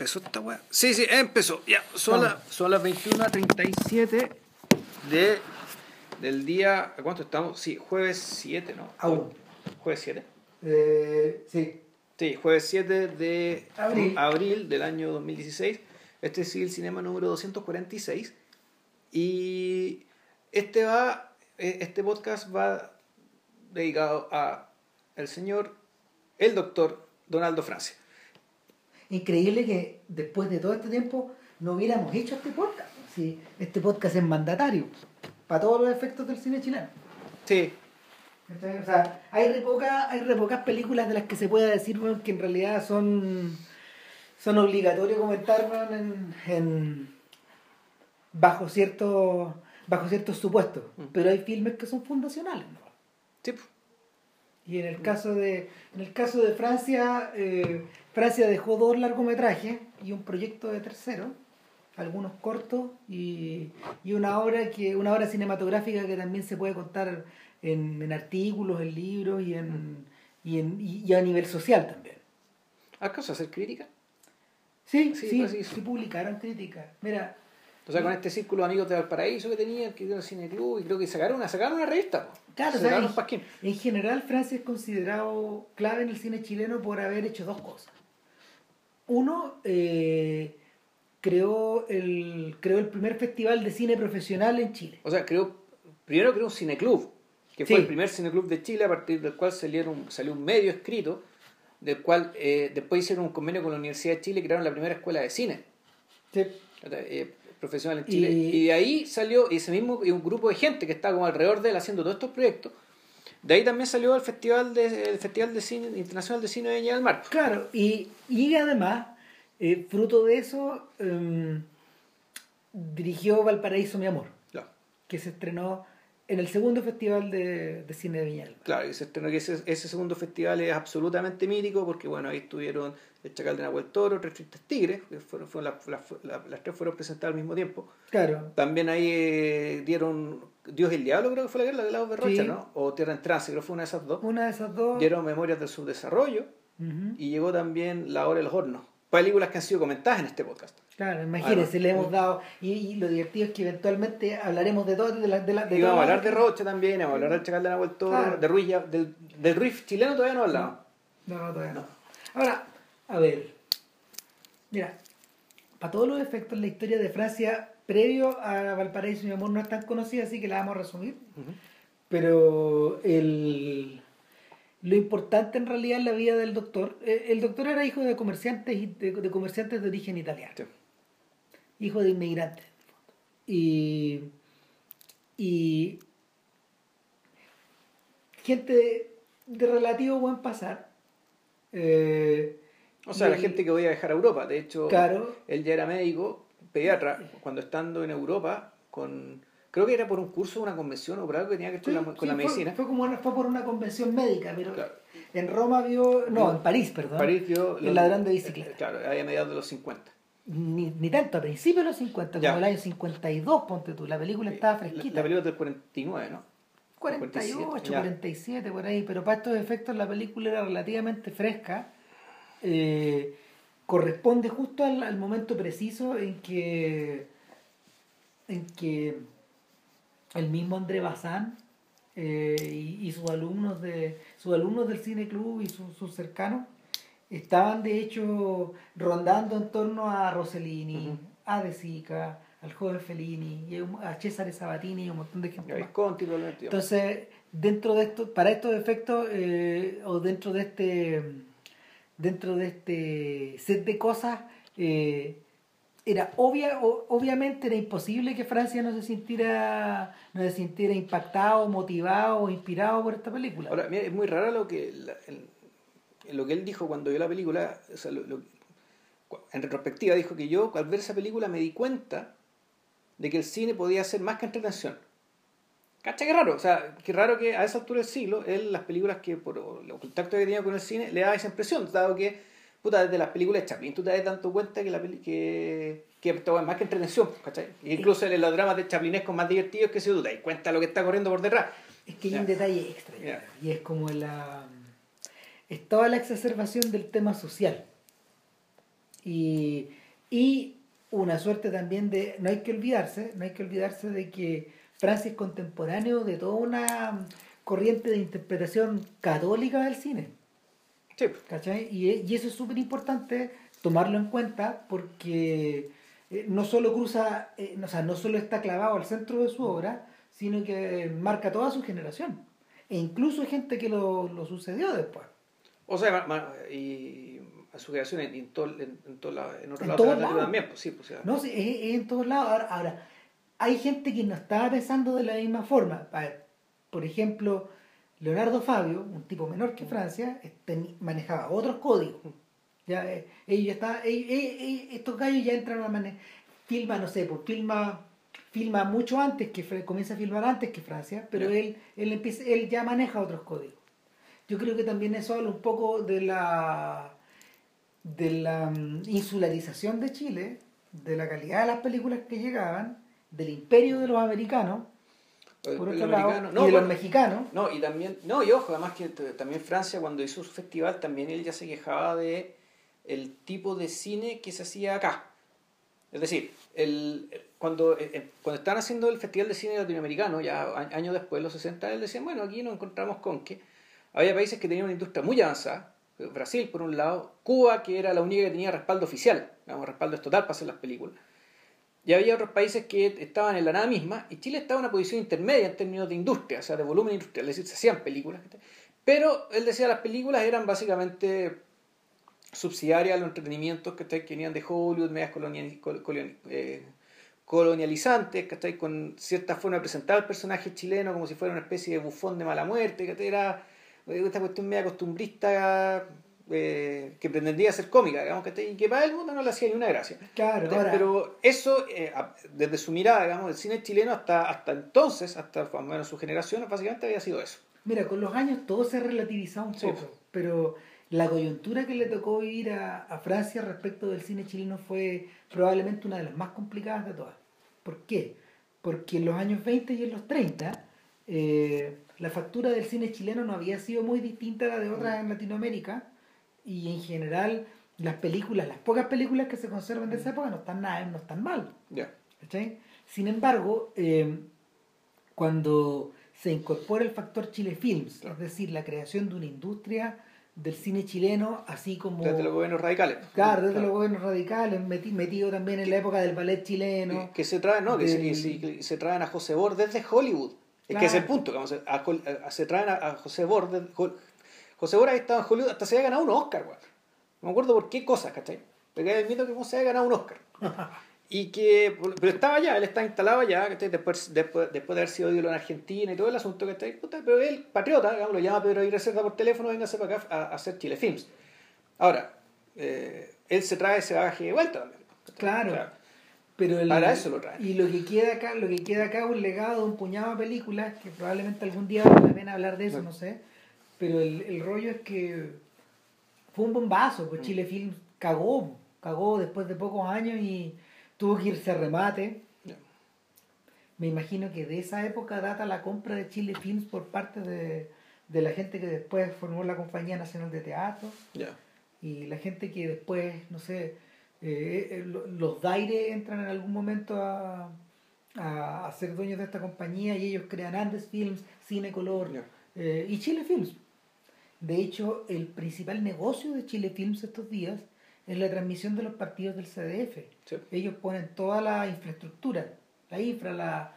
¿Empezó esta weá? Sí, empezó. Ya, son las 21:37 del día... ¿A cuánto estamos? Sí, jueves 7, ¿no? Aún. ¿Jueves 7? Sí. Sí, jueves 7 de Abril del año 2016. Este es el cinema número 246. Y este podcast va dedicado a el doctor Donaldo Francia. Increíble que después de todo este tiempo no hubiéramos hecho este podcast. Sí, este podcast es mandatario para todos los efectos del cine chileno. Sí. Entonces, o sea, hay re pocas películas de las que se pueda decir, bueno, que en realidad son obligatorios comentar, bueno, bajo ciertos supuestos. Pero hay filmes que son fundacionales, ¿no? Sí. Y en el caso de Francia, Francia dejó 2 largometrajes y un proyecto de tercero, algunos cortos y una obra cinematográfica que también se puede contar en artículos, en libros y a nivel social también. ¿Acaso hacer crítica? Sí, publicaron críticas. Mira, o sea, con este círculo de amigos de Valparaíso que tenían, que era el cineclub, y creo que sacaron una revista. Claro, en general Francia es considerado clave en el cine chileno por haber hecho 2 cosas. Uno, creó el primer festival de cine profesional en Chile. O sea, primero creó un cineclub, que fue el primer cineclub de Chile, a partir del cual salió un medio escrito, del cual después hicieron un convenio con la Universidad de Chile y crearon la primera escuela de cine. Sí. Profesional en Chile, y de ahí salió y un grupo de gente que estaba como alrededor de él haciendo todos estos proyectos. De ahí también salió el Festival de Cine Internacional de Cine de Viña del Mar. Claro, y además, fruto de eso, dirigió Valparaíso, mi amor, claro, que se estrenó en el segundo Festival de Cine de Viña del Mar. Claro, y se estrenó que ese segundo festival es absolutamente mítico, porque bueno, ahí estuvieron El Chacal de Nahuel Toro, Tres Tristes Tigres, que las 3 fueron presentadas al mismo tiempo. Claro. También ahí dieron Dios y el Diablo, creo que fue la de Lagos de Rocha, sí. ¿no? O Tierra en Trance, creo que fue una de esas dos. Dieron Dieron Memorias del Subdesarrollo, y llegó también La Hora de los Hornos. Películas que han sido comentadas en este podcast. Claro, imagínense, le hemos dado, y lo divertido es que eventualmente hablaremos de todo, y vamos a hablar de Rocha también, vamos a hablar del Chacal de Nahuel Toro, claro, de Ruiz, del Ruiz chileno todavía no hablamos. No, todavía no. Ahora, a ver, mira, para todos los efectos la historia de Francia previo a Valparaíso, mi amor, no es tan conocida, así que la vamos a resumir. Pero lo importante en realidad en la vida del doctor, el doctor era hijo de comerciantes de comerciantes de origen italiano. Sí. Hijo de inmigrantes. Y gente de relativo buen pasar. O sea, la gente que voy a viajar a Europa. De hecho, claro, él ya era médico, pediatra, cuando estando en Europa, creo que era por un curso, una convención o por algo que tenía que ver con la medicina. Fue por una convención médica, pero claro, en Roma en París, perdón. París vio el ladrón de bicicleta. Claro, ahí a mediados de los 50. Ni tanto, a principios de los 50, como el año 52, ponte tú. La película estaba fresquita. La película es del 49, ¿no? 48, 47, por ahí. Pero para estos efectos la película era relativamente fresca. Corresponde justo al momento preciso en que el mismo André Bazin y sus alumnos del Cine Club y sus cercanos estaban de hecho rondando en torno a Rossellini, a De Sica, al joven Fellini, y a Cesare Sabatini y un montón de gente más. Entonces, dentro de esto, para estos efectos, o dentro de este set de cosas, obviamente era imposible que Francia no se sintiera impactado, motivado o inspirado por esta película. Ahora, mira, es muy raro lo que él dijo cuando vio la película. O sea, en retrospectiva dijo que yo al ver esa película me di cuenta de que el cine podía ser más que entretención. ¿Cacha? Qué raro, o sea, qué raro que a esa altura del siglo él, las películas que por los contactos que tenía con el cine, le daba esa impresión, dado que desde las películas de Chaplin tú te das tanto cuenta que esto es más que entretención, ¿cachai? Incluso en los dramas de chaplinescos más divertidos, que si tú te das cuenta de lo que está corriendo por detrás. Es que hay un detalle extra, y es como es toda la exacerbación del tema social. Y una suerte también de, no hay que olvidarse de que Francia es contemporáneo de toda una corriente de interpretación católica del cine. Sí. ¿Cachai? Y eso es súper importante tomarlo en cuenta porque no solo cruza, o sea, no solo está clavado al centro de su obra, sino que marca toda su generación. E incluso hay gente que lo sucedió después. O sea, y a su creación en otro En lado todos Atlántico lados. también, pues sí, pues, o sea, No, sí, es en todos lados. Ahora, hay gente que no estaba pensando de la misma forma. A ver, por ejemplo, Leonardo Fabio, un tipo menor que Francia, manejaba otros códigos. Ya, estos gallos ya entran a manejar, filma, no sé, pues filma mucho antes comienza a filmar antes que Francia, pero ya. él ya maneja otros códigos. Yo creo que también eso habla un poco de la insularización de Chile, de la calidad de las películas que llegaban, del imperio de los americanos, por El otro lado, americano, y no, de los bueno, mexicanos. no, y también, no, y ojo, además que también Francia cuando hizo su festival, también él ya se quejaba de el tipo de cine que se hacía acá. Es decir, cuando estaban haciendo el Festival de Cine Latinoamericano, ya años después, los 60, él decía, bueno, aquí nos encontramos con que había países que tenían una industria muy avanzada, Brasil por un lado, Cuba que era la única que tenía respaldo oficial, digamos, respaldo total para hacer las películas, y había otros países que estaban en la nada misma, y Chile estaba en una posición intermedia en términos de industria, o sea, de volumen industrial, es decir, se hacían películas, pero él decía las películas eran básicamente subsidiarias a los entretenimientos que venían de Hollywood, medias colonializantes, ¿cachai? Con cierta forma de presentar al personaje chileno como si fuera una especie de bufón de mala muerte, ¿cachai? Era esta cuestión media costumbrista que pretendía ser cómica, digamos, ¿cachai? Y que para el mundo no le hacía ni una gracia. Claro, ahora, Pero eso, desde su mirada, digamos, el cine chileno hasta entonces, hasta más o menos su generación, básicamente había sido eso. mira, con los años todo se ha relativizado un Sí, poco, pero la coyuntura que le tocó vivir a Francia respecto del cine chileno fue probablemente una de las más complicadas de todas. ¿Por qué? Porque en los años 20 y en los 30 la factura del cine chileno no había sido muy distinta a la de otras en Latinoamérica y en general las pocas películas que se conservan de esa época no están mal. ya. ¿Cachai? Sin embargo, cuando se incorpora el factor Chile Films, Claro. es decir, la creación de una industria del cine chileno, así como, Desde los gobiernos radicales. claro, desde Claro. los gobiernos radicales, metido también en la época del ballet chileno, Que se traen, no, que se traen a José Bor desde Hollywood. Es que es el claro, punto, digamos, se traen a José Bor José Bor había estado en Hollywood, hasta se había ganado un Oscar, güey. No me acuerdo por qué cosas, ¿cachai? Porque hay el mito que se había ganado un Oscar. Y que, pero estaba allá, él estaba instalado allá, ¿cachai? Después de haber sido ídolo en Argentina y todo el asunto, ¿cachai? Puta, pero él, patriota, digamos, lo llama Pedro Aguirre Cerda por teléfono, véngase para acá a hacer Chile Films. Ahora, él se trae ese bagaje de vuelta también. claro, Claro. pero Para eso lo traen. y lo que queda acá es un legado de un puñado de películas que probablemente algún día vale la pena hablar de eso, no sé, pero el rollo es que fue un bombazo, pues Chile Films cagó después de pocos años y tuvo que irse a remate. Ya. Me imagino que de esa época data la compra de Chile Films por parte de la gente que después formó la Compañía Nacional de Teatro Ya. y la gente que después, no sé, los Daire entran en algún momento a ser dueños de esta compañía y ellos crean Andes Films, Cine Color Ya. y Chile Films. De hecho, el principal negocio de Chile Films estos días es la transmisión de los partidos del CDF. Sí. Ellos ponen toda la infraestructura, la infra,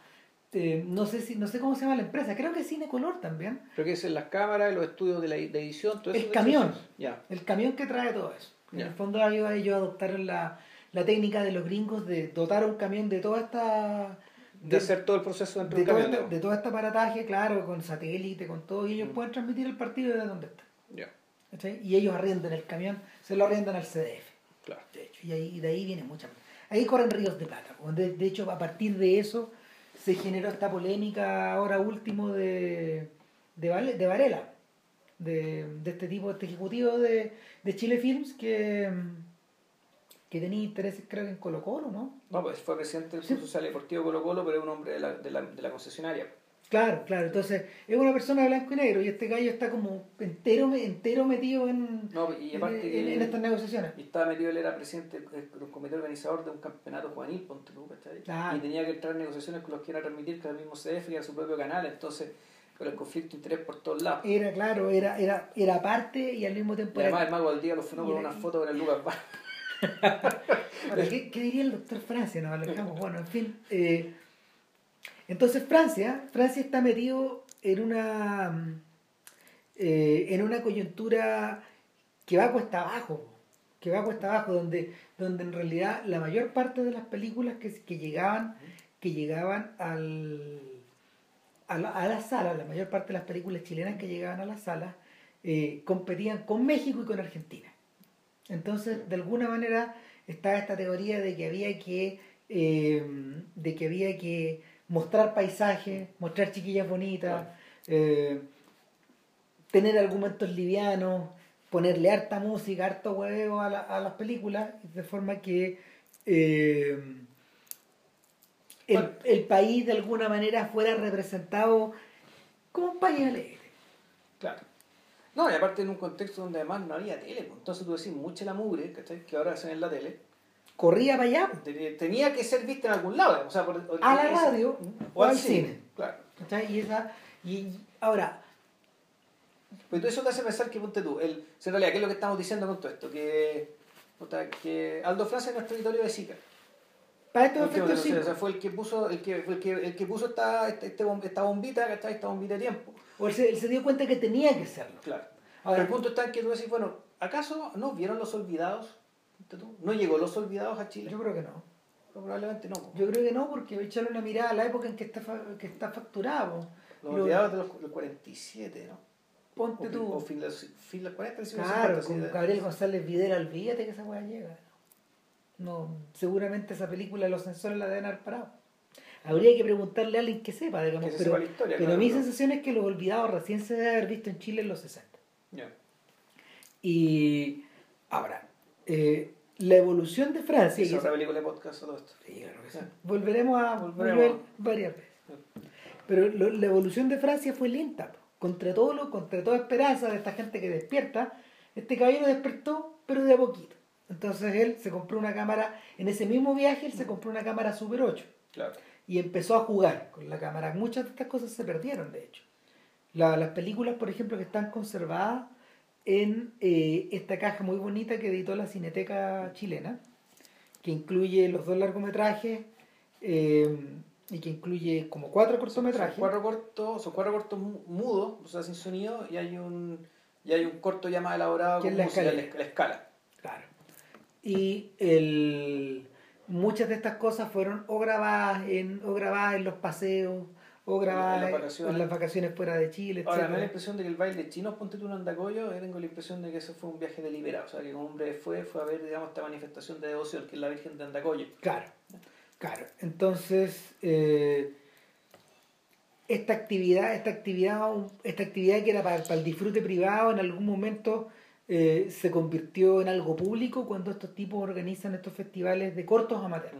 no sé cómo se llama la empresa, creo que es Cinecolor también. Creo que es en las cámaras, los estudios de edición, todo eso. El camión, Ya. el camión que trae todo eso. En Ya. el fondo ellos adoptaron la técnica de los gringos de dotar a un camión de toda esta... De hacer todo el proceso dentro del camión. de todo este aparataje, claro, con satélite, con todo, y ellos pueden transmitir el partido desde donde está. Ya. ¿Cachai? Y ellos arriendan el camión, se lo arriendan al CDF. Claro. De hecho, y de ahí viene mucha. Ahí corren ríos de plata. De hecho, a partir de eso se generó esta polémica ahora último de Varela, de este tipo, este ejecutivo de Chile Films que tenía intereses, creo que en Colo Colo, ¿no? No, pues fue presidente del Club Social Deportivo Colo Colo, pero es un hombre de la concesionaria. Claro, claro. Entonces, es una persona de blanco y negro y este gallo está como entero metido No, y aparte que en estas negociaciones. y estaba metido, él era presidente del comité organizador de un campeonato juvenil, ponte tú, ¿cachai? Claro. Y tenía que entrar en negociaciones con los que iban a transmitir, que era el mismo CDF, que era su propio canal, entonces con el conflicto de interés por todos lados. Era, claro, era parte y al mismo tiempo Y además era... el mago del día lo frenó con una foto con el Lucas Bar. Ahora, ¿qué diría el doctor Francia? Nos alejamos. Bueno, en fin. Entonces Francia está metido en una coyuntura que va cuesta abajo, donde en realidad la mayor parte de las películas que llegaban a la sala, la mayor parte de las películas chilenas que llegaban a la sala, competían con México y con Argentina. Entonces, de alguna manera, estaba esta teoría de que había que mostrar paisajes, mostrar chiquillas bonitas, tener argumentos livianos, ponerle harta música, harto hueveo a las películas, de forma que el país de alguna manera fuera representado como un país alegre. Claro. No, y aparte en un contexto donde además no había tele, pues. Entonces tú decís, mucha la mugre, ¿cachai? Que ahora hacen en la tele. Corría para allá. Tenía que ser vista en algún lado, o sea, a la radio o al cine. Claro. ¿Cachai? Y ahora... Pues todo eso te hace pensar que, ponte tú, en realidad, ¿qué es lo que estamos diciendo con todo esto? Que Aldo Francia es nuestro editorio de Zika. Para estos efectos sí. O sea, fue el que puso esta bombita, ¿cachai? Esta bombita de tiempo. O él se dio cuenta que tenía que serlo. Claro. Ahora, el punto está en que tú decís, bueno, ¿acaso no vieron Los Olvidados? ¿No llegó Los Olvidados a Chile? Yo creo que no. Probablemente no. Yo creo que no, porque echarle una mirada a la época en que está facturado. Los Olvidados de los 47, ¿no? Ponte tú. O fin de los 40, claro, con Gabriel González Videla, olvídate que esa weá llega. No, seguramente esa película los censores la deben haber parado. Habría que preguntarle a alguien que sepa, digamos, pero mi sensación es que Los Olvidados recién se debe haber visto en Chile en los 60. Yeah. Y ahora, la evolución de Francia... ¿Es otra película de podcast o todo esto? Sí, claro que sí. Volveremos a volver varias veces. Pero la evolución de Francia fue lenta. Contra toda esperanza de esta gente que despierta, este caballero despertó, pero de a poquito. Entonces él se compró una cámara, en ese mismo viaje él se compró una cámara Super 8. Claro. Y empezó a jugar con la cámara. Muchas de estas cosas se perdieron, de hecho. Las películas, por ejemplo, que están conservadas en esta caja muy bonita que editó la Cineteca chilena, que incluye los 2 largometrajes y que incluye como 4 cortometrajes. Son cuatro cortos mudos, o sea, sin sonido, y hay un corto ya más elaborado que es la escala. Claro. Y muchas de estas cosas fueron o grabadas en los paseos, o grabadas en las vacaciones fuera de Chile, etc. Ahora, me da la impresión de que el baile de chinos, ponte tú en Andacoyo, yo tengo la impresión de que ese fue un viaje deliberado, o sea, que como hombre fue a ver, digamos, esta manifestación de devoción, que es la Virgen de Andacoyo. Claro. Entonces, esta actividad que era para el disfrute privado, en algún momento se convirtió en algo público cuando estos tipos organizan estos festivales de cortos amateurs.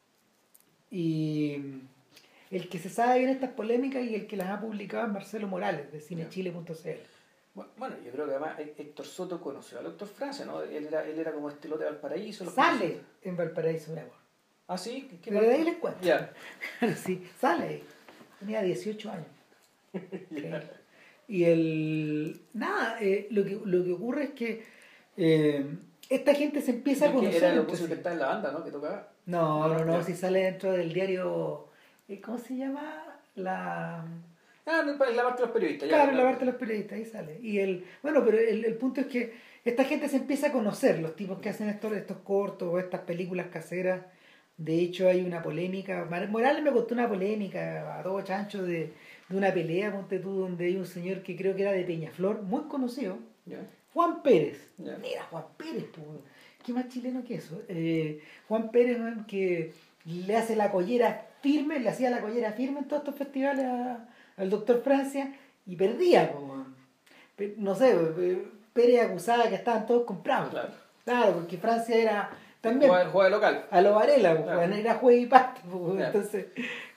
Y el que se sabe bien estas polémicas y el que las ha publicado es Marcelo Morales, de cinechile.cl. Bueno, yo creo que además Héctor Soto conoció al doctor Francia, ¿no? Él era como este lote de Valparaíso. Sale en Valparaíso, mi amor. ¿Ah, sí? Pero de ahí les cuento. Ya. Sí, sale ahí. Tenía 18 años. Yeah. Y lo que ocurre es que esta gente se empieza a conocer. Era el músico que está en la banda, ¿no? Que tocaba. No, si sale dentro del diario. ¿Cómo se llama? La parte de los periodistas. Claro, la parte de los periodistas, ahí sale. Pero el punto es que esta gente se empieza a conocer, los tipos que hacen estos cortos o estas películas caseras. De hecho, hay una polémica. Morales me contó una polémica a todo chancho de una pelea, ponte tú, donde hay un señor que creo que era de Peñaflor, muy conocido, Juan Pérez. Mira, Juan Pérez, pues, ¿qué más chileno que eso? Juan Pérez, que le hace la collera firme, le hacía la collera firme en todos estos festivales al doctor Francia y perdía, pues. No sé, Pérez acusaba que estaban todos comprados. Claro, porque Francia era también juega local. A lo Varela, claro. Era juez y parte, claro. Entonces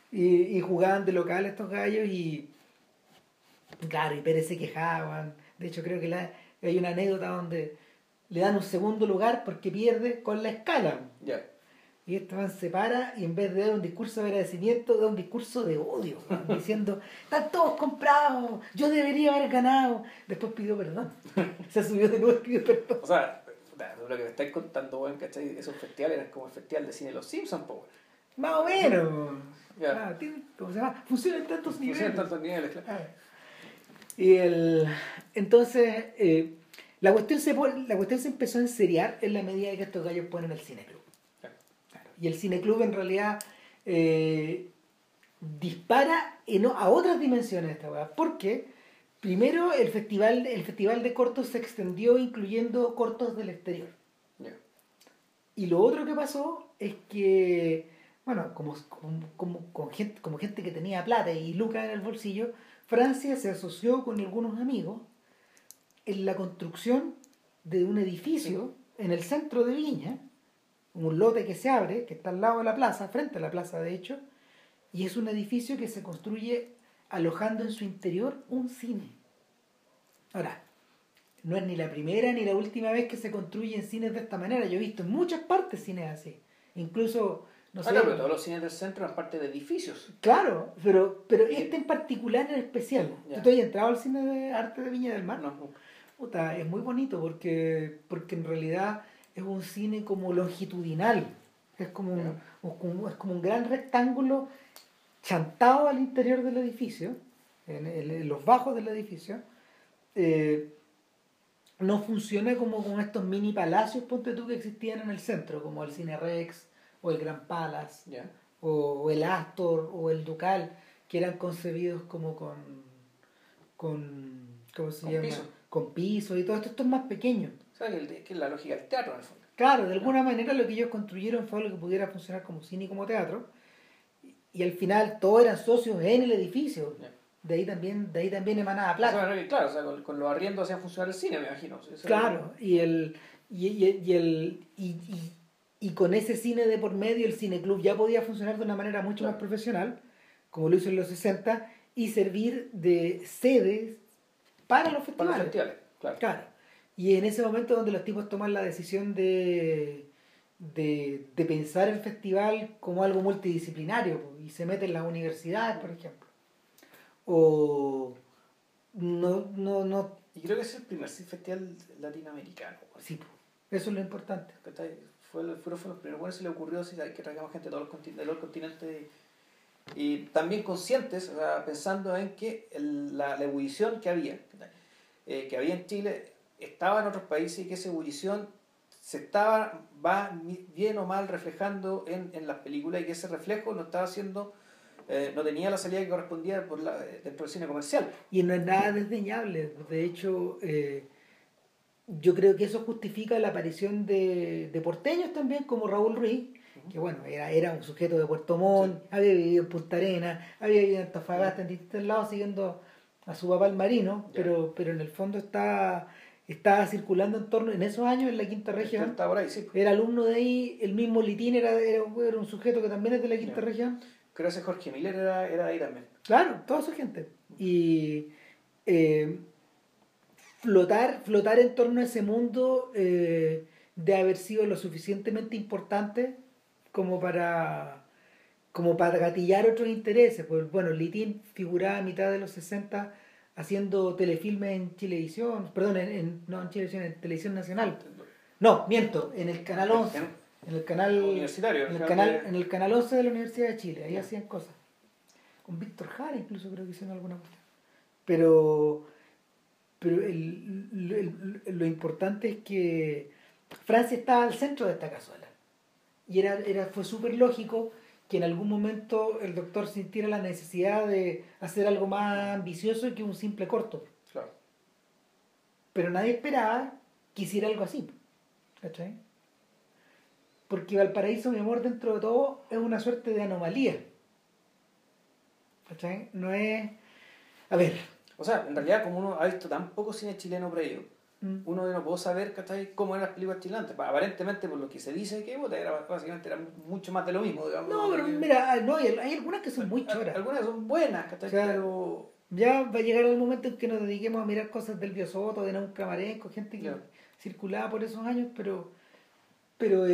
y jugaban de local estos gallos y claro, y Pérez se quejaban. De hecho, creo que hay una anécdota donde le dan un segundo lugar porque pierde con la escala. Ya. Y Esteban se para y en vez de dar un discurso de agradecimiento, da un discurso de odio, diciendo, están todos comprados, yo debería haber ganado. Después pidió perdón. Se subió de nuevo y pidió perdón. O sea, lo que me estáis contando, weón, ¿cachai? Esos festivales eran como el festival de cine de los Simpsons, po, weón. Más o menos. Ya. Ah, ¿cómo se llama? Funciona en tantos niveles. Funciona en tantos niveles, claro. Ah. Y entonces, la cuestión se empezó a enseriar en la medida de que estos gallos ponen el cineclub. Claro. Y el cineclub en realidad dispara a otras dimensiones esta weá. Porque primero el festival de cortos se extendió incluyendo cortos del exterior. Yeah. Y lo otro que pasó es que, bueno, como gente que tenía plata y lucas en el bolsillo, Francia se asoció con algunos amigos en la construcción de un edificio en el centro de Viña, un lote que se abre, que está al lado de la plaza, frente a la plaza de hecho, y es un edificio que se construye alojando en su interior un cine. Ahora, no es ni la primera ni la última vez que se construyen cines de esta manera. Yo he visto en muchas partes cines así. Incluso, no sé... Claro, pero todos los cines del centro eran parte de edificios. Claro, pero este en particular en especial. Ya. ¿Tú has entrado al cine de arte de Viña del Mar? No. Puta, es muy bonito porque en realidad es un cine como longitudinal. Es como un gran rectángulo chantado al interior del edificio, en los bajos del edificio. No funciona como con estos mini palacios, ponte tú, que existían en el centro, como el Cine Rex o el Gran Palace, Yeah. o el Astor o el Ducal, que eran concebidos como ¿cómo se llama? Piso. Con piso y todo esto. Esto es más pequeño. O sea, que es la lógica del teatro, en el fondo. Claro, de alguna manera lo que ellos construyeron fue algo que pudiera funcionar como cine y como teatro, y al final todos eran socios en el edificio. Yeah. De ahí también emanaba plata. O sea, claro, o sea, con los arriendos hacían funcionar el cine, me imagino. Eso Claro, y con ese cine de por medio el cineclub ya podía funcionar de una manera mucho más profesional, como lo hizo en los 60, y servir de sedes para los festivales. Para los festivales, claro. Claro. Y en ese momento donde los tipos toman la decisión de pensar el festival como algo multidisciplinario, y se meten en las universidades, por ejemplo. O no. Y creo que es el primer festival latinoamericano. Sí, eso es lo importante. Fueron los primeros. Bueno, se le ocurrió que traigamos gente de todos los continentes y también conscientes, o sea, pensando en que la ebullición que había en Chile estaba en otros países y que esa ebullición va bien o mal reflejando en las películas, y que ese reflejo no estaba haciendo... no tenía la salida que correspondía dentro del cine comercial. Y no es nada desdeñable. De hecho, yo creo que eso justifica la aparición de porteños también, como Raúl Ruiz, que bueno, era un sujeto de Puerto Montt, sí. Había vivido en Punta Arenas, había vivido en Antofagasta, en distintos lados, siguiendo a su papá el marino, pero en el fondo estaba circulando en esos años en la quinta región. Estaba por ahí, sí. Era alumno de ahí, el mismo Litín era un sujeto que también es de la quinta región. Creo que ese Jorge Miller era de ahí también. Claro, toda esa gente. Y flotar en torno a ese mundo de haber sido lo suficientemente importante como para gatillar otros intereses. Pues bueno, Litín figuraba a mitad de los 60 haciendo telefilmes en Chilevisión, perdón, no en Chilevisión, en Televisión Nacional. No, miento, en el Canal 11. En el canal universitario, en el canal 11 de la Universidad de Chile, ahí hacían cosas. Con Víctor Jara incluso creo que hicieron alguna cosa. Pero lo importante es que Francia estaba al centro de esta cazuela. Y fue súper lógico que en algún momento el doctor sintiera la necesidad de hacer algo más ambicioso que un simple corto. Claro. Pero nadie esperaba que hiciera algo así. ¿Cachai? Porque Valparaíso, mi amor, dentro de todo es una suerte de anomalía. ¿Cachai? No es... A ver. O sea, en realidad, como uno ha visto tan poco cine chileno previo, uno no pudo saber, ¿cachai?, cómo eran las películas chilenas. Aparentemente, por lo que se dice, que básicamente era mucho más de lo mismo, digamos. No, pero mira, no, hay algunas que son muy choras. Algunas son buenas, ¿cachai? O sea, pero ya va a llegar el momento en que nos dediquemos a mirar cosas del Biosoto, de Naun Camarenco, gente que claro, circulaba por esos años, pero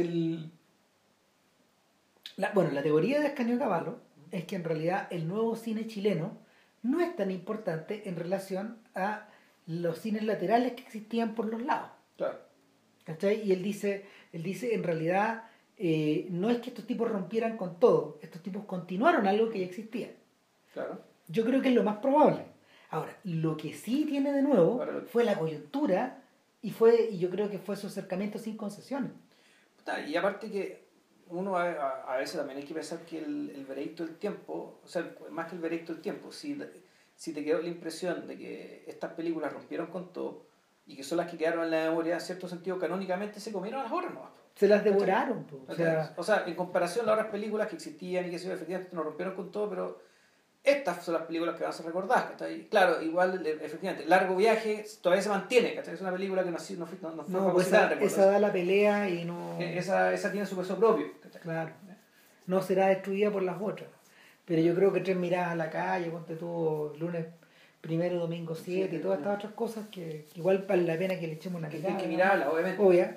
bueno, la teoría de Ascanio Cavallo es que en realidad el nuevo cine chileno no es tan importante en relación a los cines laterales que existían por los lados. claro. ¿Cachai? Y él dice en realidad no es que estos tipos rompieran con todo, estos tipos continuaron algo que ya existía. Claro. Yo creo que es lo más probable. Ahora, lo que sí tiene de nuevo Ahora, fue la coyuntura y yo creo que fue su acercamiento sin concesiones. Y aparte que uno a veces también hay que pensar que el veredicto del tiempo, o sea, más que el veredicto del tiempo, si te quedó la impresión de que estas películas rompieron con todo y que son las que quedaron en la memoria, en cierto sentido, canónicamente se comieron a las otras, ¿no? Se las devoraron. O sea, en comparación a las otras películas que existían y que efectivamente no rompieron con todo, pero estas son las películas que vas a recordar, ¿cachai? Claro, igual, efectivamente, Largo Viaje todavía se mantiene, ¿cachai? Es una película que no fue pues esa da la pelea y no... Esa tiene su peso propio, ¿cachai? Claro. No será destruida por las otras. Pero yo creo que Tres Miradas a la Calle, ponte tú, lunes primero, domingo 7 y todas estas otras cosas que igual vale la pena que le echemos una mirada. Hay que mirarla, obviamente. Obvia.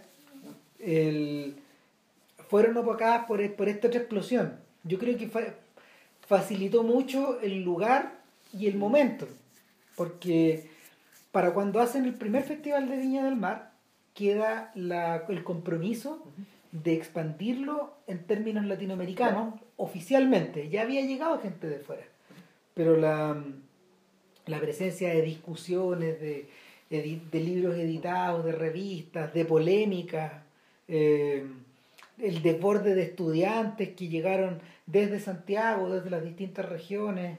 Fueron opacadas por esta otra explosión. Yo creo que facilitó mucho el lugar y el momento. Porque para cuando hacen el primer festival de Viña del Mar, queda el compromiso de expandirlo en términos latinoamericanos oficialmente. Ya había llegado gente de fuera. Pero la presencia de discusiones, de libros editados, de revistas, de polémicas, el desborde de estudiantes que llegaron desde Santiago, desde las distintas regiones,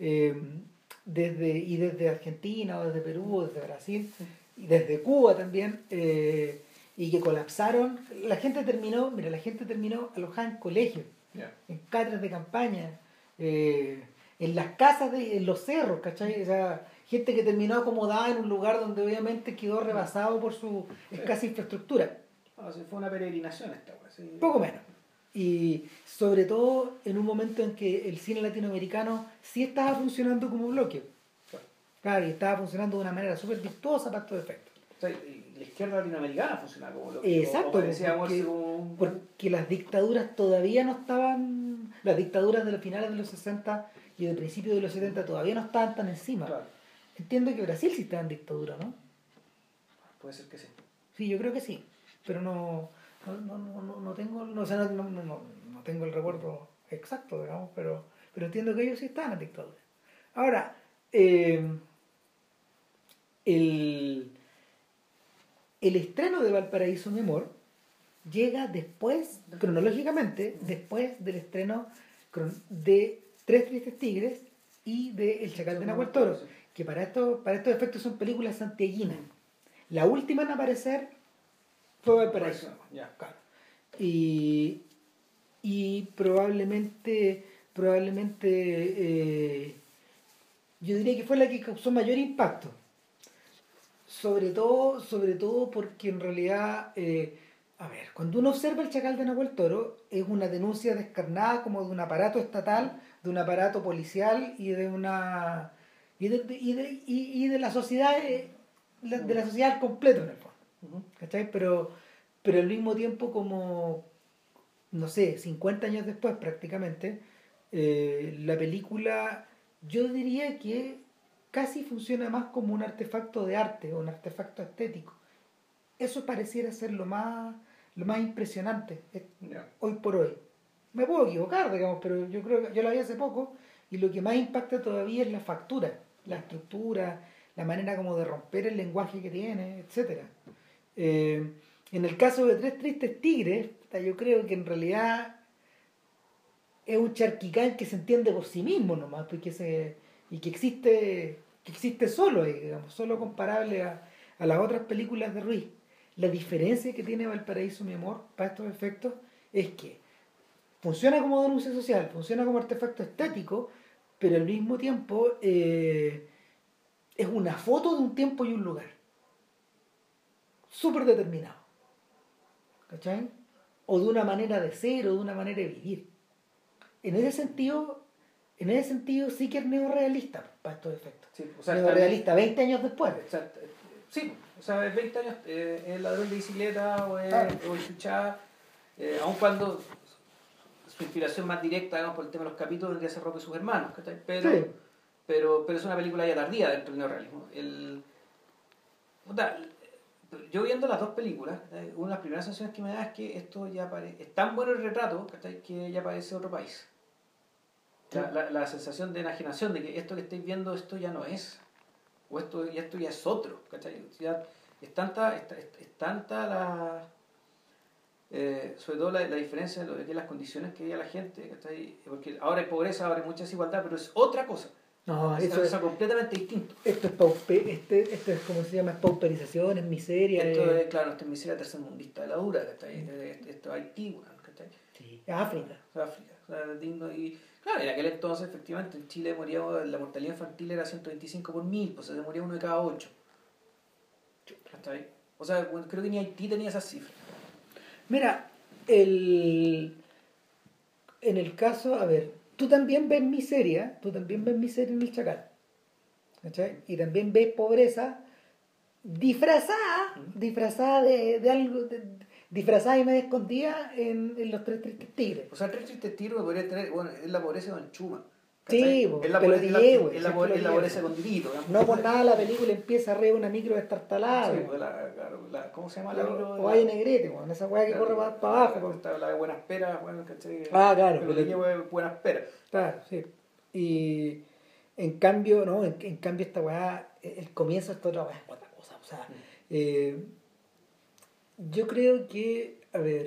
desde Argentina, o desde Perú, o desde Brasil, y desde Cuba también, y que colapsaron. La gente terminó alojada en colegios, en cátedras de campaña, en las casas, en los cerros, ¿cachai? O sea, gente que terminó acomodada en un lugar donde obviamente quedó rebasado por su escasa infraestructura. Fue una peregrinación esta, pues. Sí. Poco menos. Y sobre todo en un momento en que el cine latinoamericano sí estaba funcionando como bloque. Claro, y estaba funcionando de una manera súper virtuosa para estos efectos. O sea, y la izquierda latinoamericana funcionaba como bloque. Exacto, porque las dictaduras todavía no estaban, las dictaduras de los finales de los 60 y de principios de los 70 todavía no estaban tan encima. Claro. Entiendo que Brasil sí estaba en dictadura, ¿no? Puede ser que sí. Sí, yo creo que sí, pero no tengo, no tengo el recuerdo exacto, digamos, pero entiendo que ellos sí estaban en dictadura. Ahora, el estreno de Valparaíso Mi Amor llega después, cronológicamente, después del estreno de Tres Tristes Tigres y de El Chacal de Nahuel Toro, que para estos efectos son películas santiaguinas. La última en aparecer fue Valparaíso. Claro. Y probablemente yo diría que fue la que causó mayor impacto. Sobre todo porque en realidad, cuando uno observa El Chacal de Nahuel Toro, es una denuncia descarnada como de un aparato estatal, de un aparato policial y de una y de la sociedad de la sociedad al completo en el fondo. ¿Cachai? Pero al mismo tiempo, como no sé, 50 años después prácticamente, la película yo diría que casi funciona más como un artefacto de arte o un artefacto estético. Eso pareciera ser lo más impresionante hoy por hoy. Me puedo equivocar, digamos, pero yo creo que yo la vi hace poco y lo que más impacta todavía es la factura, la estructura, la manera como de romper el lenguaje que tiene, etcétera. En el caso de Tres Tristes Tigres, yo creo que en realidad es un charquicán que se entiende por sí mismo nomás, y que existe solo ahí, digamos, solo comparable a las otras películas de Ruiz. La diferencia que tiene Valparaíso Mi Amor para estos efectos es que funciona como denuncia social, funciona como artefacto estético, pero al mismo tiempo es una foto de un tiempo y un lugar. súper determinado, ¿cachai? O de una manera de ser o de una manera de vivir. En ese sentido sí que es neorrealista para estos efectos. Sí, o sea, neorrealista 20 años después. O sea, sí, o sea, es 20 años, el ladrón de bicicleta o el Chuchá, aun cuando su inspiración más directa, digamos, por el tema de los capítulos, vendría a ser Roque y sus hermanos, ¿cachai? Sí. Pero es una película ya tardía dentro del neorrealismo. Yo viendo las dos películas, una de las primeras sensaciones que me da es que esto ya es tan bueno el retrato, ¿cachai? Que ya parece otro país. La sensación de enajenación de que esto que estáis viendo, esto ya no es, o esto ya es otro, ¿cachai? Ya es tanta la sobre todo la diferencia en lo de que las condiciones que vive la gente, ¿cachai? Porque ahora hay pobreza, ahora hay mucha desigualdad, pero es otra cosa. No, es algo completamente distinto. Esto es como se llama, es pauperización, es miseria. Esto es miseria tercermundista de la dura, ¿cachai? Esto es Haití, ¿cachai? Sí, es África. África, o sea, digno y claro, en aquel entonces, efectivamente, en Chile la mortalidad infantil era 125 por 1000, pues se moría uno de cada 8. ¿Está ahí? O sea, bueno, creo que ni Haití tenía esas cifras. Mira, en el caso, a ver, tú también ves miseria en el Chacal, ¿cachai? Y también ves pobreza disfrazada de algo, disfrazada y medio escondida en los Tres Tristes Tigres. O sea, Tres Tristes Tigres podría tener, bueno, es la pobreza con Chuma. Sí, es la pobreza con Dirito. No por nada la película empieza arriba de una micro destartalada. Sí, ¿cómo se llama la micro? O hay Negrete, bueno, esa weá que corre para abajo. La de Buenas Peras, bueno, ¿cachai? Claro. Pero le llevo Buenas Peras. Claro, sí. Y en cambio, no, en cambio esta weá, el comienzo de esta otra weá es otra cosa. O sea, yo creo que, a ver.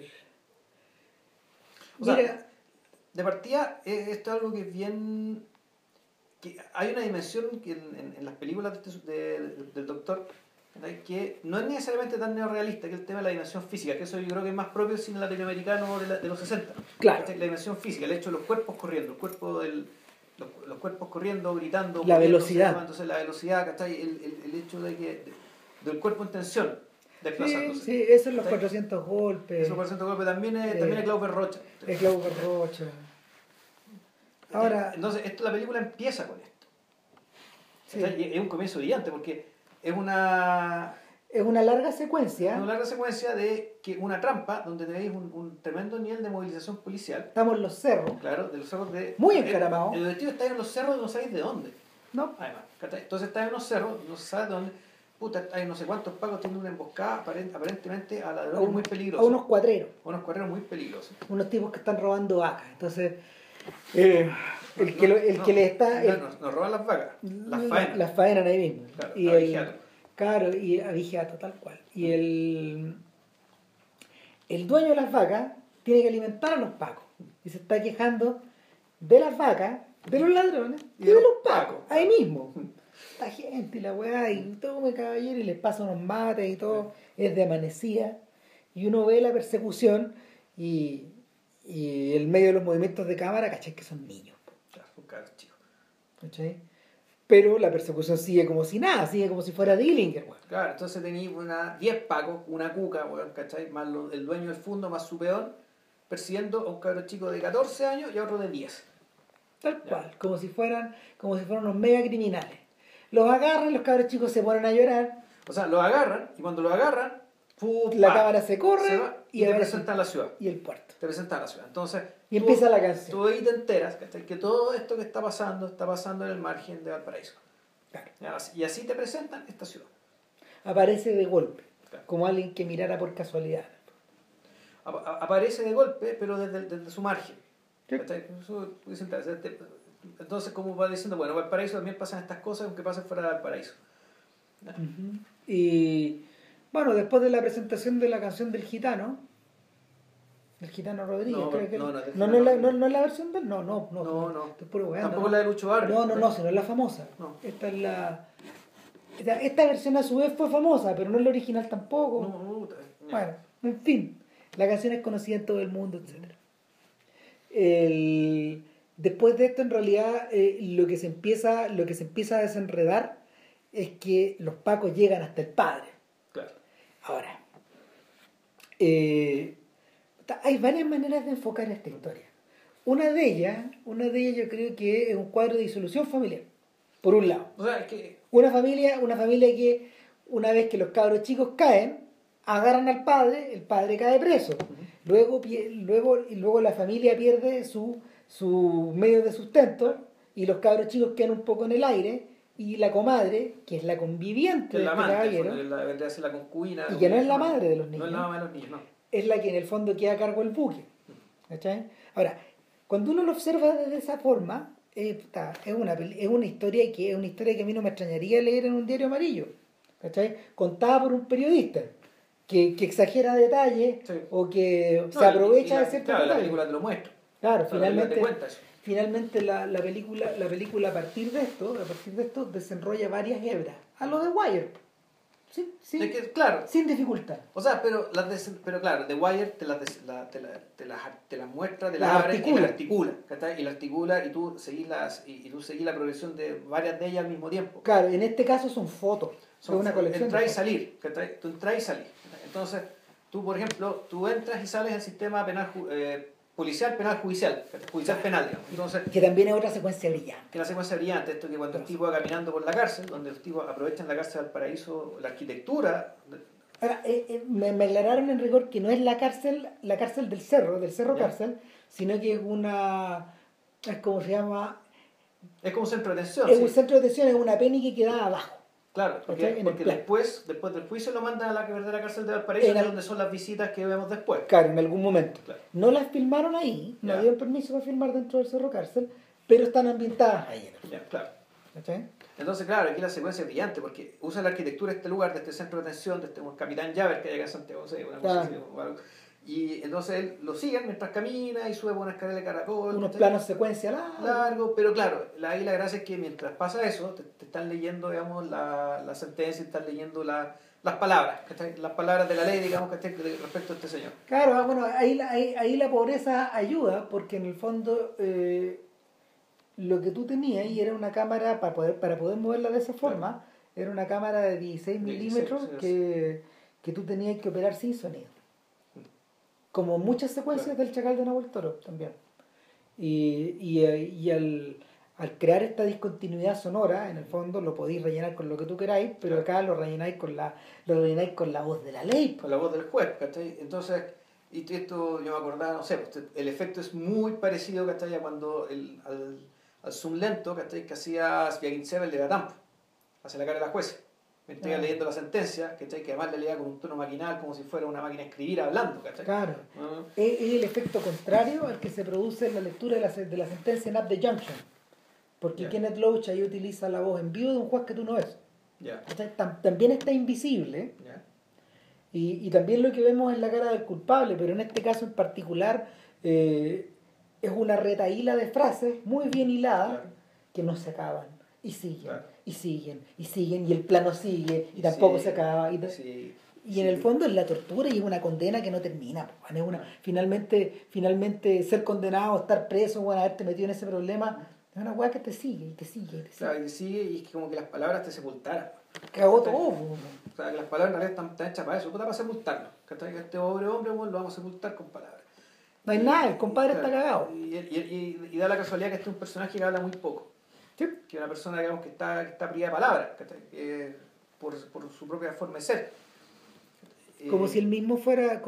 O sea, de partida, esto es algo que es bien. Que hay una dimensión que en las películas del Doctor, ¿verdad? Que no es necesariamente tan neorrealista, que el tema de la dimensión física, que eso yo creo que es más propio del cine latinoamericano de los 60. Claro. La dimensión física, el hecho de los cuerpos corriendo, los cuerpos corriendo, gritando, la velocidad. Entonces la velocidad, ¿cachai? El hecho del cuerpo en tensión. Desplazándose. Sí, eso es los 400 golpes. Esos 400 golpes también es Glauber Rocha. Es Glauber Rocha. Ahora, entonces la película empieza con esto. Sí. Es un comienzo brillante porque es una larga secuencia. Es una larga secuencia de que una trampa donde tenéis un tremendo nivel de movilización policial. Estamos en los cerros. Claro, de los cerros de. Muy encaramados. El objetivo está en los cerros, no sabéis de dónde. No. Además, entonces está en los cerros, no se sabe de dónde. Puta, hay no sé cuántos pacos tienen una emboscada aparentemente a ladrones muy peligrosos. A unos cuadreros. Muy peligrosos. Unos tipos que están robando vacas. Entonces, el que le está. Nos roban las vacas. Las faenan ahí mismo. Claro, y abigeato, tal cual. Y el dueño de las vacas tiene que alimentar a los pacos. Y se está quejando de las vacas, de los ladrones y de los pacos. Ahí mismo. Esta gente y la weá, y todo me caballero, y les pasa unos mates y todo, es de amanecida, y uno ve la persecución y en medio de los movimientos de cámara, ¿cachai? Que son niños. Claro, son caros chicos. ¿Cachai? Pero la persecución sigue como si nada, sigue como si fuera Dillinger, weón. Claro, entonces tenéis 10 pacos, una cuca, weón, ¿cachai? Más el dueño del fondo, más su peón, persiguiendo a un cabro chico de 14 años y a otro de 10. Tal cual, como si fueran unos mega criminales. Los agarran, los cabros chicos se ponen a llorar. O sea, los agarran, y cuando los agarran, la cámara se corre y te presentan la ciudad. Y el puerto. Te presentan la ciudad. Entonces, y empieza la canción. Tú ahí te enteras que todo esto que está pasando en el margen de Valparaíso. Claro. Y así te presentan esta ciudad. Aparece de golpe, claro. Como alguien que mirara por casualidad. Aparece de golpe, pero desde su margen. Sí. Entonces, como va diciendo, bueno, Valparaíso también pasan estas cosas, aunque pasen fuera de Valparaíso. Uh-huh. Y bueno, después de la presentación de la canción del gitano Rodríguez, no es la versión del no. Tampoco la de Lucho Barrio. No, sino es la famosa. No. Esta versión a su vez fue famosa, pero no es la original tampoco. Bueno, en fin, la canción es conocida en todo el mundo, etcétera. Después de esto, en realidad, lo que se empieza a desenredar es que los pacos llegan hasta el padre. Claro. Ahora, hay varias maneras de enfocar esta historia. Una de ellas yo creo que es un cuadro de disolución familiar, por un lado. O sea, es que... Una familia que una vez que los cabros chicos caen, agarran al padre, el padre cae preso. Luego la familia pierde su medio de sustento y los cabros chicos quedan un poco en el aire y la comadre, que es la conviviente de este amante, caballero, vendría a ser la concubina. y que no es la madre de los niños. No es la mamá de los niños, no. Es la que en el fondo queda a cargo del buque. ¿Cachai? Ahora, cuando uno lo observa de esa forma, es una historia que a mí no me extrañaría leer en un diario amarillo. ¿Cachai? Contada por un periodista que exagera detalles, sí, o que se aprovecha de ciertos detalles. La película te lo muestra. Claro, finalmente la película a partir de esto desenrolla varias hebras. A lo de Wire. Sí, claro, sin dificultad. O sea, pero claro, The Wire te las muestra, te las abre y la articula y tú seguís la progresión de varias de ellas al mismo tiempo. Claro, en este caso son fotos. Son una colección entrar y salir, tú entras y salís. Entonces, tú, por ejemplo, tú entras y sales del sistema penal policial, penal judicial penal, digamos. Entonces, que también es otra secuencia brillante. Que la secuencia brillante, esto que cuando el tipo va caminando por la cárcel, donde los tipos aprovechan la cárcel del paraíso, la arquitectura. Ahora, me aclararon en rigor que no es la cárcel del cerro cárcel, sino que es como se llama. Es como un centro de detención. Es un centro de detención, es una peni que queda abajo. Claro, porque después del juicio lo mandan a la verdadera cárcel de Valparaíso, donde son las visitas que vemos después. Claro, en algún momento. Claro. No las filmaron ahí, no dieron permiso para filmar dentro del cerro cárcel, pero están ambientadas ahí. Claro. Entonces, claro, aquí la secuencia es brillante, porque usa la arquitectura de este lugar, de este centro de detención, de este Capitán Llaver que hay acá en Santiago, una cosa así, y entonces él lo siguen mientras camina y sube por una escalera de caracol. Unos planos secuencia largo, pero claro, ahí la gracia es que mientras pasa eso, te están leyendo, digamos, la sentencia, están leyendo las palabras de la ley, digamos, respecto a este señor. Claro, bueno, ahí la pobreza ayuda, porque en el fondo lo que tú tenías ahí era una cámara, para poder moverla de esa forma, claro, era una cámara de 16 milímetros que tú tenías que operar sin sonido. Como muchas secuencias, claro, del Chacal de Nahuel Toro también. Y al crear esta discontinuidad sonora, en el fondo lo podéis rellenar con lo que tú queráis, pero acá lo rellenáis con la voz de la ley. Con la voz del juez, ¿cachai? Entonces, y esto yo me acordaba, no sé, el efecto es muy parecido, ¿cachai? A cuando al zoom lento, ¿cachai? Que hacía Sviagintsev, el de Gatampo, hacia la cara de la jueza. Me estoy leyendo la sentencia, ¿cachai? Que además le leía con un tono maquinal, como si fuera una máquina de escribir hablando, ¿cachai? Claro. Es el efecto contrario al que se produce en la lectura de la sentencia en At the Junction. Porque Kenneth Loach ahí utiliza la voz en vivo de un juez que tú no ves. También está invisible. Y también lo que vemos es la cara del culpable, pero en este caso en particular es una retahíla de frases muy bien hiladas, claro, que no se acaban. Y siguen, claro, y siguen, y el plano sigue, y tampoco se acaba. Y en el fondo es la tortura y es una condena que no termina. Finalmente ser condenado, estar preso, haberte metido en ese problema, es una weá que te sigue, y te sigue. Claro, y te sigue, y es como que las palabras te sepultaran. Cagó todo. O sea, que las palabras en realidad están hechas para eso, para sepultarlo. Que este pobre hombre, lo vamos a sepultar con palabras. No hay nada, el compadre está cagado. Y da la casualidad que este es un personaje que habla muy poco. Sí. Que es una persona, digamos, que está privada de palabras, por su propia forma de ser. Como si él mismo fuera,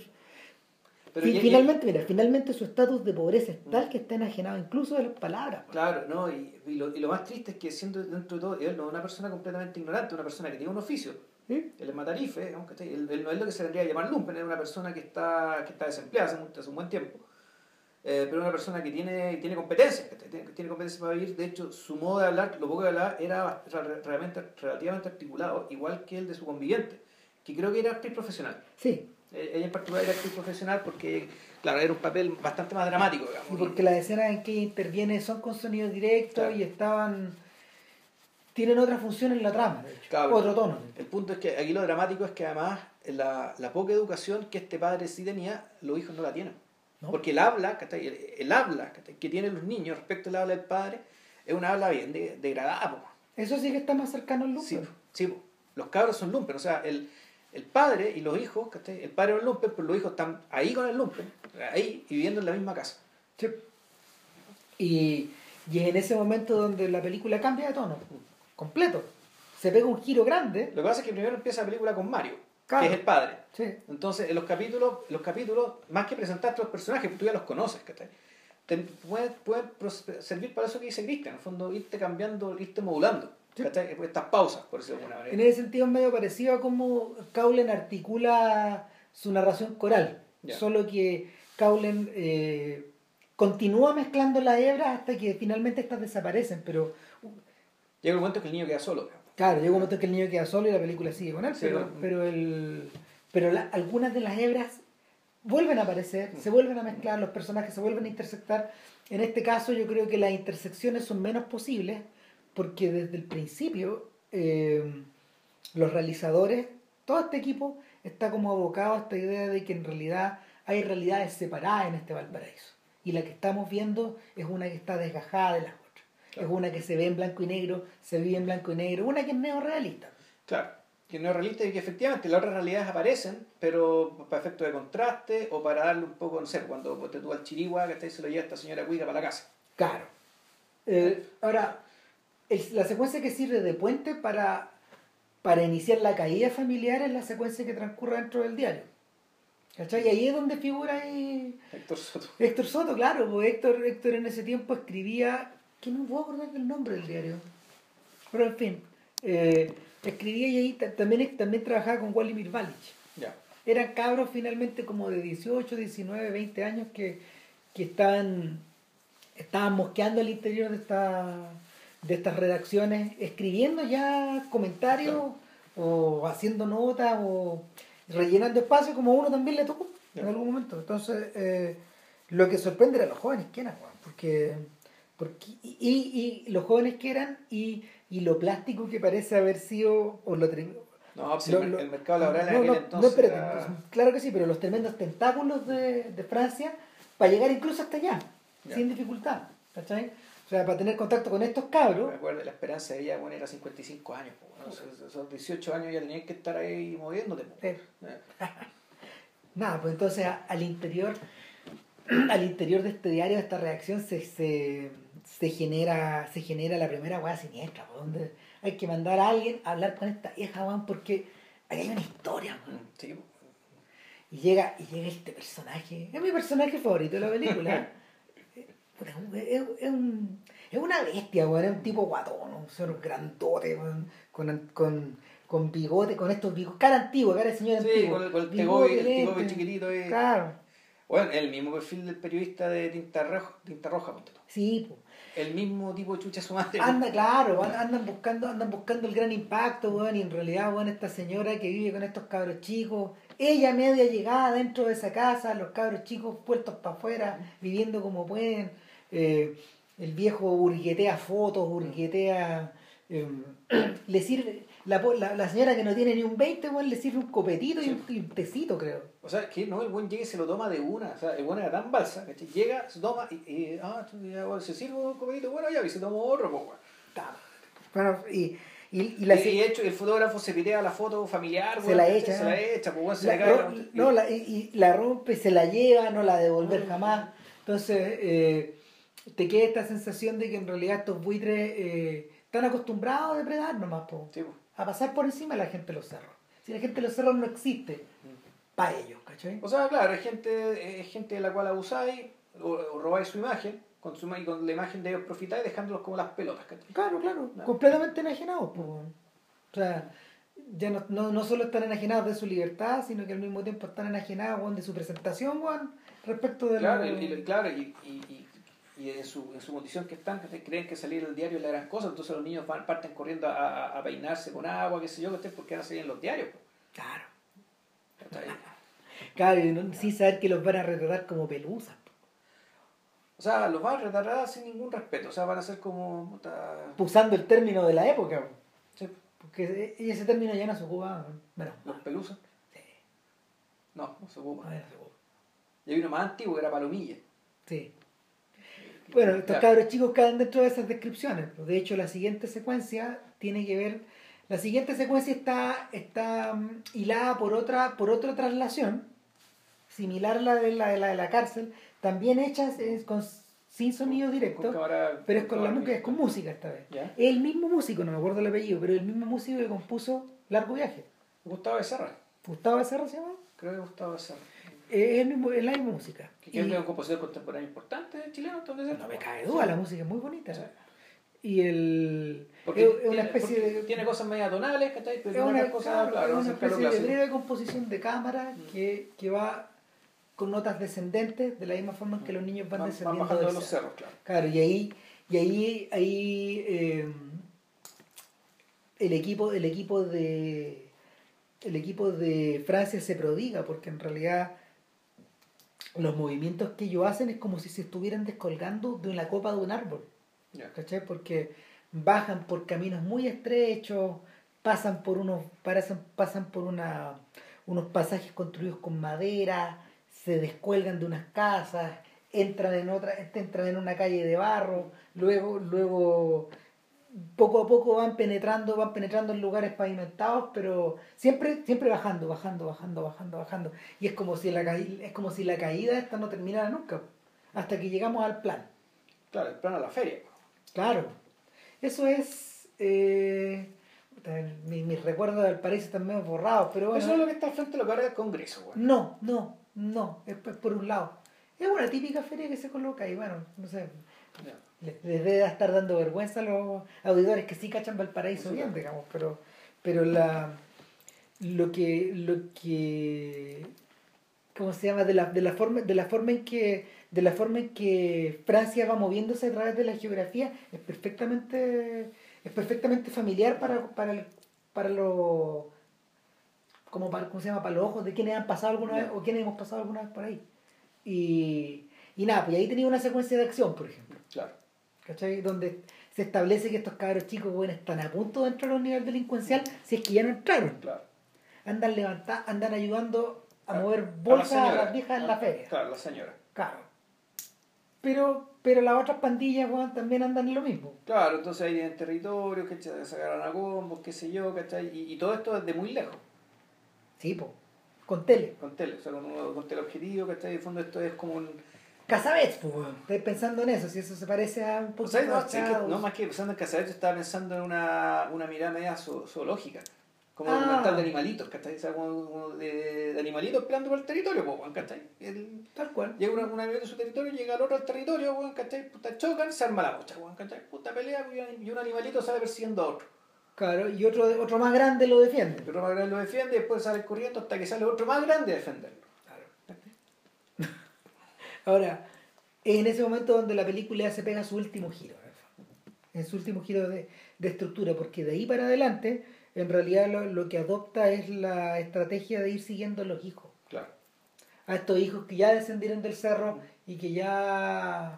finalmente su estatus de pobreza es tal que está enajenado incluso de las palabras. Claro, ¿no? Y lo más triste es que siendo dentro de todo, él no es una persona completamente ignorante, una persona que tiene un oficio. ¿Sí? Él es matarife, digamos, él no es lo que se tendría que llamar lumpen, es una persona que está desempleada hace un buen tiempo. Pero una persona que tiene competencias, tiene competencias para vivir. De hecho, su modo de hablar, lo poco que hablaba, era relativamente articulado, igual que el de su conviviente, que creo que era actriz profesional. Sí. Ella en particular era actriz profesional porque, claro, era un papel bastante más dramático, digamos. Y porque las escenas en que interviene son con sonido directo, claro, y tienen otra función en la trama, de hecho, claro, otro tono. El punto es que aquí lo dramático es que además la poca educación que este padre sí tenía, los hijos no la tienen. ¿No? Porque el habla que tienen los niños respecto al habla del padre es una habla bien degradada. Eso sí que está más cercano al lumpen. Sí, los cabros son lumpen. O sea, el padre y los hijos, ¿cachai? El padre es un lumpen, pero los hijos están ahí con el lumpen, ahí y viviendo en la misma casa. Sí. Y es en ese momento donde la película cambia de tono, completo. Se pega un giro grande. Lo que pasa es que primero empieza la película con Mario, Claro. que es el padre. Sí. Entonces, en los capítulos, más que presentarte a los personajes, pues tú ya los conoces, ¿cachai? Pueden servir para eso que dice Cristian, en el fondo, irte cambiando, irte modulando, ¿cachai? Estas pausas, por decirlo de alguna manera. En ese sentido es medio parecido a cómo Cowlen articula su narración coral. Ya. Solo que Cowlen continúa mezclando las hebras hasta que finalmente estas desaparecen, pero Llega un momento que el niño queda solo. claro, llega un momento que el niño queda solo y la película sigue con él, Sí, pero algunas de las hebras vuelven a aparecer, se vuelven a mezclar, los personajes se vuelven a intersectar. En este caso yo creo que las intersecciones son menos posibles porque desde el principio los realizadores, todo este equipo está como abocado a esta idea de que en realidad hay realidades separadas en este Valparaíso y la que estamos viendo es una que está desgajada de las otras. Claro. Es una que se ve en blanco y negro, se vive en blanco y negro, una que es neorrealista. Claro, que no es realista y que efectivamente las otras realidades aparecen, pero para efectos de contraste o para darle un poco, no sé, cuando te tú al Chirigua, que se lo lleva esta señora Cuica para la casa. Claro. Ahora, la secuencia que sirve de puente para iniciar la caída familiar es la secuencia que transcurre dentro del diario. ¿Cachai? Y ahí es donde figura ahí Héctor Soto. Héctor Soto, claro, porque Héctor en ese tiempo escribía, que no me puedo acordar del nombre del diario, pero en fin, escribía y ahí también trabajaba con Walimir Balich. Ya. Eran cabros finalmente como de 18, 19, 20 años que estaban mosqueando al interior de estas redacciones, escribiendo ya comentarios, claro, o haciendo notas o rellenando espacio como a uno también le tocó en algún momento. Entonces lo que sorprende era los jóvenes que eran, porque y los jóvenes que eran y lo plástico que parece haber sido o lo no, pues el mercado laboral en aquel entonces. No, espérate, era... claro que sí, pero los tremendos tentáculos de Francia para llegar incluso hasta allá, sin dificultad, ¿cachai? O sea, para tener contacto con estos cabros. Me acuerdo, la esperanza de ella, bueno, era 55 años, ¿no? Esos 18 años ya tenían que estar ahí moviéndote. Nada, pues entonces al interior de este diario, de esta reacción, se genera la primera hueá siniestra, donde hay que mandar a alguien a hablar con esta vieja, porque ahí hay una historia, sí. Y llega este personaje, es mi personaje favorito de la película. Es una bestia, es un tipo guatón, un señor grandote, con bigote, con estos bigotes, cara antigua, cara de señor antiguo. Sí, con el tegobe chiquitito. Claro. Bueno, el mismo perfil del periodista de Tinta Roja, ponte tú. Sí, pues. El mismo tipo de chucha su madre. Andan buscando el gran impacto, bueno, y en realidad, bueno, esta señora que vive con estos cabros chicos, ella media llegada dentro de esa casa, los cabros chicos puestos para afuera, viviendo como pueden. El viejo hurguetea fotos, le sirve, la señora que no tiene ni un 20, bueno, le sirve un copetito y un tecito, creo. O sea, que no, el buen llega y se lo toma de una. O sea, el buen era tan balsa, que llega, se toma y se sirve un copetito, bueno, ya, y se toma otro, pues, bueno. Y de hecho, el fotógrafo se pitea la foto familiar, se la echa, pues, bueno, se le cae. La rompe, se la lleva, no la devolver jamás. Entonces, te queda esta sensación de que en realidad estos buitres están acostumbrados a depredar nomás, sí, a pasar por encima de la gente de los cerros. Si la gente de los cerros no existe para ellos, ¿cachai? O sea, claro, es gente de la cual abusáis o robáis su imagen, y con la imagen de ellos profitáis dejándolos como las pelotas, ¿cachai? Claro, completamente enajenados, pues. O sea, ya no solo están enajenados de su libertad, sino que al mismo tiempo están enajenados de su presentación, respecto de y en su condición que están, que creen que salir del diario es la gran cosa, entonces los niños parten corriendo a peinarse con agua, qué sé yo, porque ahora se ven los diarios. Claro. Claro, y sin saber que los van a retratar como pelusas. O sea, los van a retratar sin ningún respeto, o sea, van a ser como... usando el término de la época. Sí. Porque ese término ya no se ocupa. Bueno, ¿los pelusas? Sí. No se ocupa. No se ocupa. Y hay uno más antiguo que era palomilla. Sí. Bueno, estos cabros chicos caen dentro de esas descripciones. De hecho, la siguiente secuencia tiene que ver La siguiente secuencia está hilada por otra traslación, similar a la de la cárcel, también hecha sin sonido directo, pero es con la música, es con música esta vez. ¿Ya? Es el mismo músico, no me acuerdo el apellido, pero el mismo músico que compuso Largo Viaje. Gustavo Becerra. ¿Gustavo Becerra se llama? Creo que Gustavo Becerra. Es la misma música. Que es un compositor contemporáneo importante chileno, entonces. No me cabe duda, la música es muy bonita. Sí. Y es una especie de... Tiene cosas medio tonales, ¿cachai? Pero Es una, cosas, claro, una especie de clásico. breve composición de cámara que va con notas descendentes, de la misma forma en que los niños van descendiendo bajando de del los cerro. cerros, claro. Claro, y ahí el equipo de Francia se prodiga, porque en realidad los movimientos que ellos hacen es como si se estuvieran descolgando de la copa de un árbol. Yeah. ¿Cachai? Porque bajan por caminos muy estrechos, pasan por unos pasajes construidos con madera, se descuelgan de unas casas, entran en una calle de barro, luego poco a poco van penetrando en lugares pavimentados, pero siempre bajando. Y es como si la caída esta no terminara nunca, hasta que llegamos al plan. Claro, el plan a la feria. Claro, eso es... mis recuerdos del París están medio borrados, pero bueno... Eso es lo que está al frente de lo que ahora es el Congreso, güey. No, es por un lado. Es una típica feria que se coloca y bueno, no sé... Yeah. Les debe estar dando vergüenza a los auditores que sí cachan Valparaíso bien, digamos, pero lo que ¿cómo se llama? de la forma en que Francia va moviéndose a través de la geografía es perfectamente familiar para los ¿cómo se llama? Para los ojos de quienes han pasado alguna vez o quienes hemos pasado alguna vez por ahí. Y nada, pues ahí tenía una secuencia de acción, por ejemplo. Claro. ¿Cachai? Donde se establece que estos cabros chicos, bueno, están a punto de entrar a un nivel delincuencial, si es que ya no entraron. Claro. Andan ayudando a mover bolsas a las viejas en la feria. Claro, la señora. Claro. Pero las otras pandillas, bueno, también andan en lo mismo. Claro, entonces ahí en territorio, que se agarran a combos, qué sé yo, ¿cachai? Y todo esto desde muy lejos. Sí, pues. Con tele. Con tele, o sea, con teleobjetivo, ¿cachai? De fondo esto es como un... Casabets, pues, estoy pensando en eso, si eso se parece a un poco... O sea, no, más que pensando en Casabets, yo estaba pensando en una mirada media zoológica, como documental de animalitos, ¿cachai? O sea, como de animalitos peleando por el territorio, pues, ¿cachai? Tal cual. Llega una vez de su territorio, llega al otro al territorio, ¿cachai? Puta, chocan, se arma la mocha, ¿cachai? Puta pelea y un animalito sale persiguiendo a otro. Claro, y otro más grande lo defiende. El otro más grande lo defiende y después sale corriendo hasta que sale otro más grande a defenderlo. Ahora, es en ese momento donde la película ya se pega su último giro, en su último giro de estructura, porque de ahí para adelante, en realidad lo que adopta es la estrategia de ir siguiendo a los hijos. Claro. A estos hijos que ya descendieron del cerro y que ya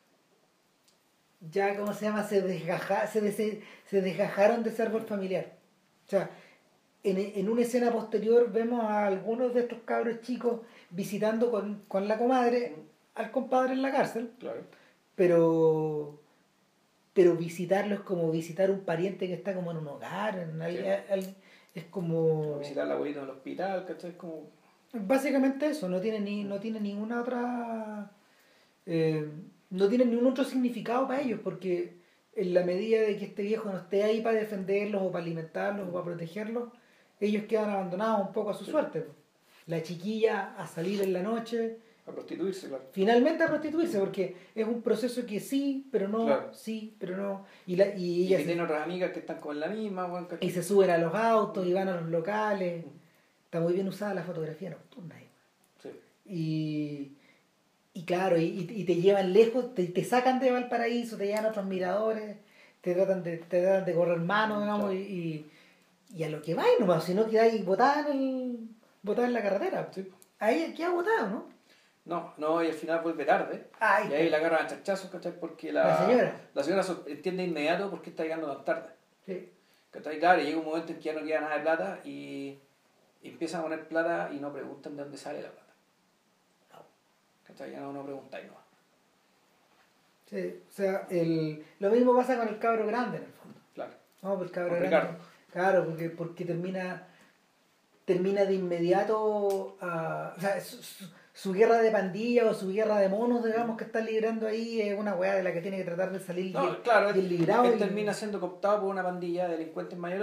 ¿cómo se llama? Se desgajaron de ese árbol familiar. O sea, en una escena posterior vemos a algunos de estos cabros chicos visitando con la comadre al compadre en la cárcel. Claro. Pero visitarlo es como visitar un pariente que está como en un hogar, es como... Visitar al abuelito en el hospital, ¿cachai? Es como... Básicamente eso, no tiene ninguna otra... no tiene ningún otro significado para ellos, porque en la medida de que este viejo no esté ahí para defenderlos o para alimentarlos o para protegerlos, ellos quedan abandonados un poco a su suerte. La chiquilla a salir en la noche, a prostituirse, claro. Finalmente a prostituirse, porque es un proceso que sí, pero no, claro. Sí, pero no. Y ella que tiene otras amigas que están con la misma, bueno, y se suben a los autos y van a los locales. Está muy bien usada la fotografía nocturna ahí. Sí. Y claro, y te llevan lejos, te sacan de Valparaíso, te llevan a otros miradores, te tratan de correr mano, digamos, claro. y a lo que vais nomás, si no quedáis botada en la carretera. Sí. Ahí queda botado, ¿no? No, y al final vuelve tarde. Ay, y ahí la agarran a chachazos, ¿cachai? Porque la señora entiende de inmediato por qué está llegando tan tarde. Sí. ¿Cachai? Claro, y llega un momento en que ya no queda nada de plata y empiezan a poner plata y no preguntan de dónde sale la plata. No. ¿Cachai? Ya no preguntáis nomás. Sí, o sea, lo mismo pasa con el cabro grande en el fondo. Claro. No, pues el cabro con grande. Ricardo. Claro, porque termina de inmediato, o sea, su guerra de pandillas o su guerra de monos, digamos, que está liderando ahí es una weá de la que tiene que tratar de salir No, claro, y el librado. él termina siendo cooptado por una pandilla de delincuentes mayores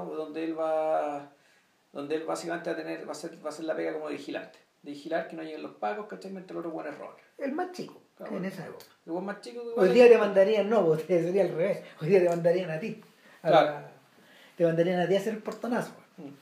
donde él básicamente va a ser la pega como de vigilante. De vigilar que no lleguen los pagos, ¿cachai? Mientras los otros buenos roban. El más chico, Claro, en esa época. el buen más chico que Hoy igual día te mandarían, no, pues sería al revés. Hoy día te mandarían a ti. Claro. Te mandarían a ti a hacer el portonazo. Mm.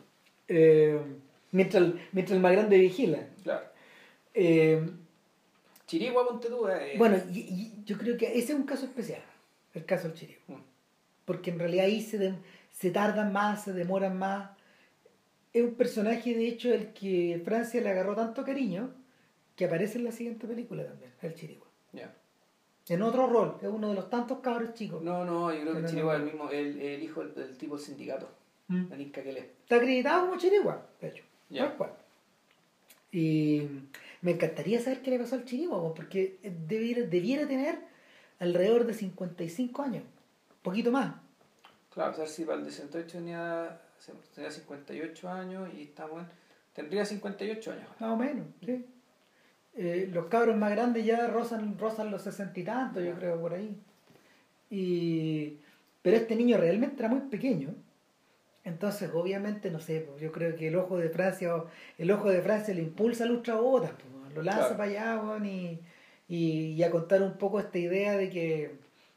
Mientras el más grande vigila. Claro. Eh, Chirigua, ponte tú. Bueno, y yo creo que ese es un caso especial, el caso del Chirigua. Porque en realidad ahí se tardan más, se demoran más. Es un personaje, de hecho, el que Francia le agarró tanto cariño que aparece en la siguiente película también, el Chirigua. Yeah. En otro rol, es uno de los tantos cabros chicos. No, yo creo que el Chirigua es el mismo, el hijo del tipo del sindicato, el Inca que lee. Está acreditado como Chirigua, de hecho. Yeah. Tal cual. Y me encantaría saber qué le pasó al Chirigua, porque debiera tener alrededor de 55 años, poquito más. Claro, o sea, si para el 18 tenía 58 años y tendría 58 años. Más o menos, sí. Los cabros más grandes ya rozan los 60 y tantos, yo creo, por ahí. Pero este niño realmente era muy pequeño. Entonces, obviamente, no sé, yo creo que el ojo de Francia le impulsa al ultrabotas, lo lanza para allá, y a contar un poco esta idea de que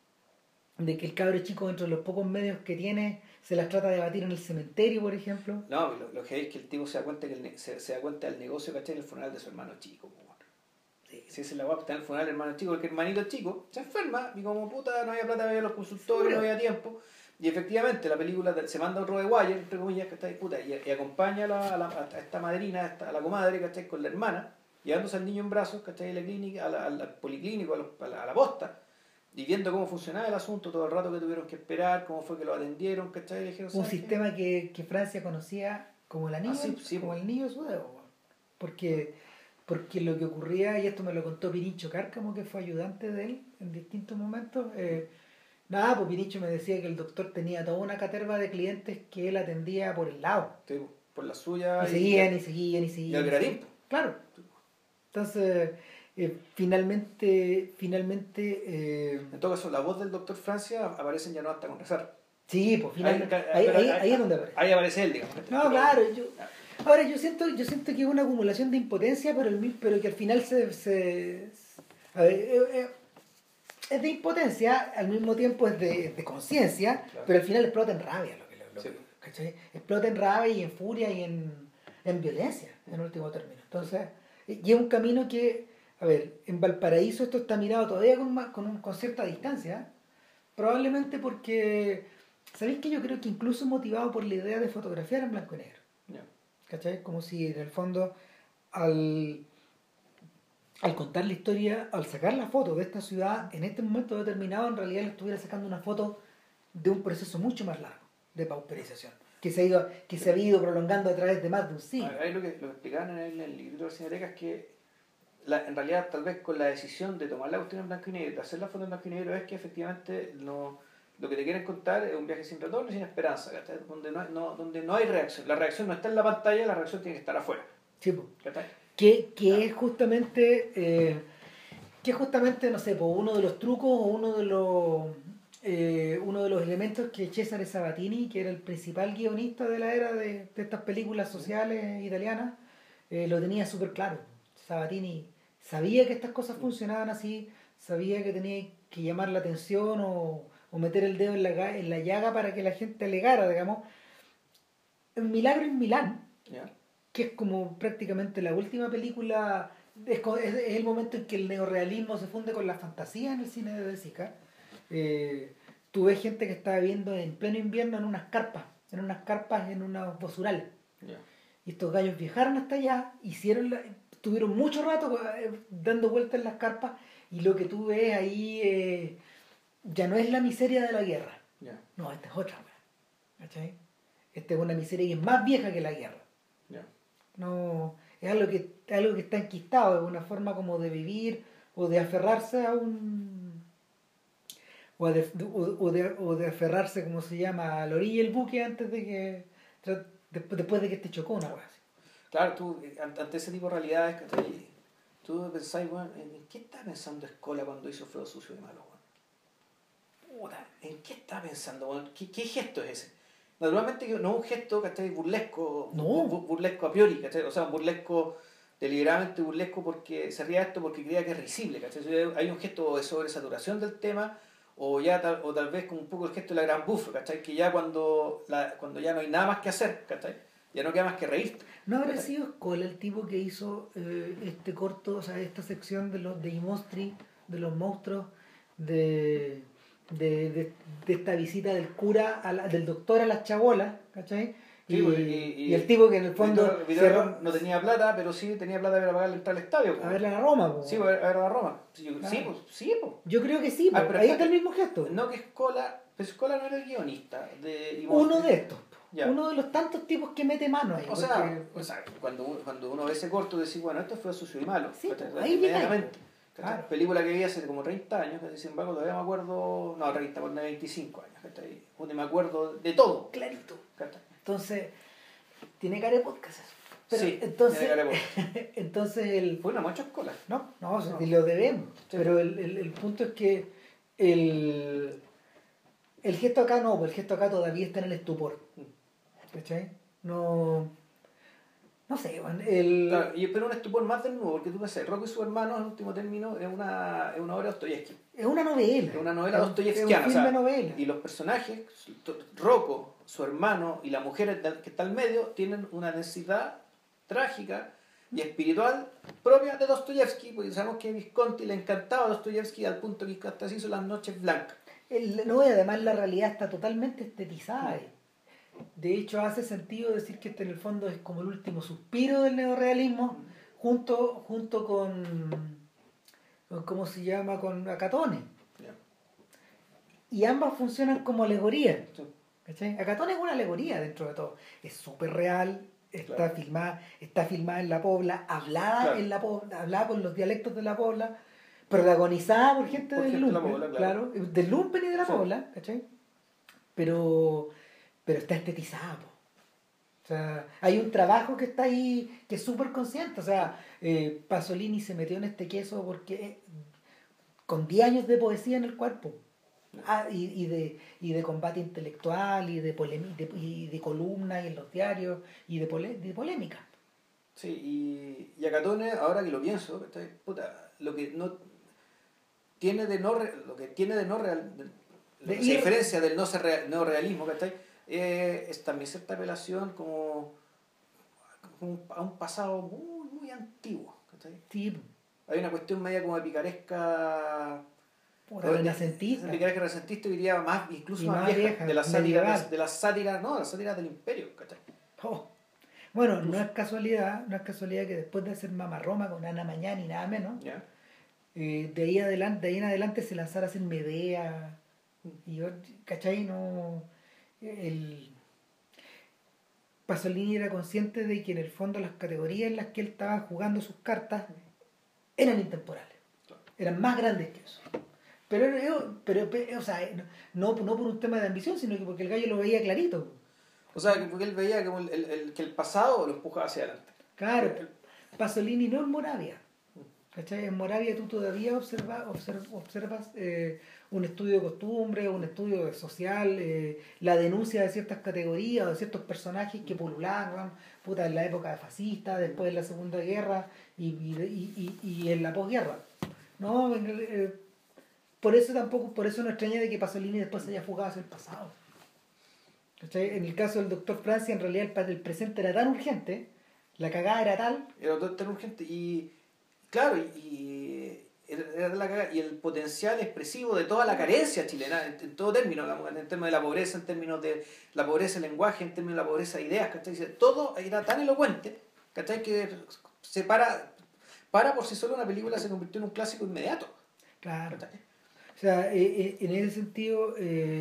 el cabro chico, dentro de los pocos medios que tiene, se las trata de batir en el cementerio, por ejemplo. No, lo que es que el tipo se da cuenta se da cuenta del negocio, ¿cachai? En el funeral de su hermano chico. Sí, esa es la guapa, está en el funeral del hermano chico, porque el hermanito chico se enferma y como puta no había plata para ir a los consultorios, no había tiempo. Y efectivamente la película se manda otro de Wire, entre comillas, que está ahí, puta, y acompaña a esta madrina, a la comadre, ¿cachai? Con la hermana, llevándose al niño en brazos, ¿cachai? A la clínica, al policlínico, a la posta, y viendo cómo funcionaba el asunto, todo el rato que tuvieron que esperar, cómo fue que lo atendieron, ¿cachai? Dijeron, un sistema que Francia conocía como el anillo, como el anillo de su dedo, porque lo que ocurría, y esto me lo contó Pirincho Cárcamo, que fue ayudante de él en distintos momentos, nada, pues Pirincho me decía que el doctor tenía toda una caterva de clientes que él atendía por el lado. Sí, por la suya. Y seguían. Y al gradín. Claro. Entonces, finalmente... en todo caso, la voz del doctor Francia aparece ya no hasta con rezar. Sí, pues finalmente. Ahí es donde aparece. Ahí aparece él, digamos. No, claro. Ahora, yo siento que es una acumulación de impotencia, pero que al final a ver, es de impotencia, al mismo tiempo es de conciencia, claro. Pero al final explota en rabia. ¿Cachai? Explota en rabia y en furia y en violencia, en último término. Entonces, y es un camino que, a ver, en Valparaíso esto está mirado todavía con cierta distancia, probablemente porque, ¿sabéis que yo creo que incluso motivado por la idea de fotografiar en blanco y negro? Yeah. ¿Cachai? Como si en el fondo al contar la historia, al sacar la foto de esta ciudad en este momento determinado, en realidad le estuviera sacando una foto de un proceso mucho más largo de pauperización que se había ido prolongando a través de más de un siglo. Ahí lo que explicaban en el libro de Cineteca es que en realidad tal vez con la decisión de tomar la cuestión en blanco y negro, de hacer la foto en blanco y negro, es que efectivamente lo que te quieren contar es un viaje sin retorno y sin esperanza, ¿cachai? Donde no hay reacción. La reacción no está en la pantalla, la reacción tiene que estar afuera. Sí, pues. Que es justamente no sé, pues uno de los trucos o uno de los elementos que Cesare Sabatini, que era el principal guionista de la era de estas películas sociales italianas, lo tenía súper claro. Sabatini sabía que estas cosas funcionaban así, sabía que tenía que llamar la atención o meter el dedo en la llaga para que la gente alegara, digamos. Un Milagro en Milán, Yeah. Que es como prácticamente la última película, es el momento en que el neorrealismo se funde con la fantasía en el cine de De Sica. Tú ves gente que estaba viendo en pleno invierno en unas carpas, en unos basurales. Yeah. Y estos gallos viajaron hasta allá, estuvieron mucho rato dando vueltas en las carpas, y lo que tú ves ahí ya no es la miseria de la guerra. Yeah. No, esta es otra, ¿cachai? Esta es una miseria que es más vieja que la guerra. Yeah. No, es algo que está enquistado, es una forma como de vivir o de aferrarse a o de aferrarse, como se llama, a la orilla del buque antes de que después de que te chocó una cosa así. Claro, tú, ante ese tipo de realidades, ¿cachai? Tú pensás, bueno, ¿en qué estaba pensando Escola cuando hizo Feo, Sucio y Malo, weón? Puta, ¿en qué estaba pensando, weón? ¿Qué gesto es ese? Naturalmente no es un gesto, ¿cachai? Burlesco, No. burlesco a priori, ¿cachai? O sea, un burlesco, deliberadamente burlesco porque se ría esto porque creía que es risible, ¿cachai? Hay un gesto de sobresaturación del tema, o tal vez como un poco el gesto de la gran bufa, ¿cachai? Que ya cuando ya no hay nada más que hacer, ¿cachai? Ya no queda más que reírte. ¿No habrá sido Escola el tipo que hizo este corto, o sea, esta sección de Imostri, de los monstruos, de, de esta visita del cura, del doctor a las chabolas, ¿cachai? Sí, Y el tipo que en el fondo no tenía plata, pero sí tenía plata para pagarle entrar al estadio. A verla a la Roma, po. Sí, a ver a la Roma. Sí, Claro. sí, pues. Yo creo que sí, Pero ahí está el mismo gesto. No que Escola, pero Escola no era el guionista de Uno de estos. Ya. Uno de los tantos tipos que mete mano ahí. O sea, cuando uno ve ese corto, decís, bueno, esto fue Sucio y Malo. Sí, ahí inmediatamente. Claro. Película que vi hace como 30 años, sin embargo todavía me acuerdo, no, 30, por 25 años, ¿cachai? Donde me acuerdo de todo. Clarito. ¿Cachai? Entonces, tiene cara de podcast eso. Pero, sí, entonces, tiene cara de podcast. Entonces fue una mucha Escola. No, lo debemos. Sí. Pero el punto es que el gesto acá no, el gesto acá todavía está en el estupor. ¿Cachai? No sé, man, claro, pero un estupor más del nuevo, porque tú ves, Rocco y su hermano, en último término, es una obra de Dostoyevsky. Es una novela. Es una novela dostoyevskiana. Es un film de novela. Y los personajes, Rocco, su hermano y la mujer que está al medio, tienen una densidad trágica y espiritual propia de Dostoyevsky, porque sabemos que a Visconti le encantaba Dostoyevsky al punto que hasta se hizo Las Noches Blancas. No, y además la realidad está totalmente estetizada. De hecho, hace sentido decir que este en el fondo es como el último suspiro del neorrealismo, junto con ¿cómo se llama? Con Acatone. Yeah. Y ambas funcionan como alegorías. Sí. Acatone es una alegoría dentro de todo. Es súper real, está filmada en la Pobla, hablada en la Pobla, hablada con los dialectos de la Pobla, protagonizada por gente del Lumpen, claro, del Lumpen y de la Pobla, ¿cachai? Pero está estetizada, po. O sea, hay un trabajo que está ahí que es súper consciente. O sea, Pasolini se metió en este queso porque con 10 años de poesía en el cuerpo. Y de combate intelectual y de columnas y en los diarios y de polémica. Sí, y Acatone, ahora que lo pienso, puta, lo que tiene de no real, se diferencia del no realismo, ¿cachai? Es también cierta apelación como a un pasado muy, muy antiguo, ¿cachai? Sí. Hay una cuestión media como de picaresca. Renacentista. Picaresca renacentista, diría incluso más vieja, de las sátiras del imperio, ¿cachai? Oh. Bueno, no es casualidad que después de hacer Mama Roma con Ana Mañani, nada menos, ¿ya? De ahí en adelante se lanzara a hacer Medea. Y yo, ¿cachai? No. Pasolini era consciente de que en el fondo las categorías en las que él estaba jugando sus cartas eran intemporales, eran más grandes que eso, pero o sea, no por un tema de ambición, sino que porque el gallo lo veía clarito. O sea, porque él veía como que el pasado lo empujaba hacia adelante. Claro, Pasolini no en Moravia, ¿cachai? En Moravia tú todavía observas un estudio de costumbre, un estudio de social, la denuncia de ciertas categorías o de ciertos personajes que pululaban en la época fascista, después de la Segunda Guerra y en la posguerra. No, por eso no extraña de que Pasolini después se haya fugado hacia el pasado. ¿Cachai? En el caso del Doctor Francia, en realidad el presente era tan urgente, la cagada era tal. Era tan urgente y claro, y el potencial expresivo de toda la carencia chilena, en todo término, en términos de la pobreza, en términos de la pobreza del lenguaje, en términos de la pobreza de ideas, ¿cachai? Todo era tan elocuente, ¿cachai? Que se para por sí solo una película se convirtió en un clásico inmediato. Claro. ¿Cachai? O sea, en ese sentido,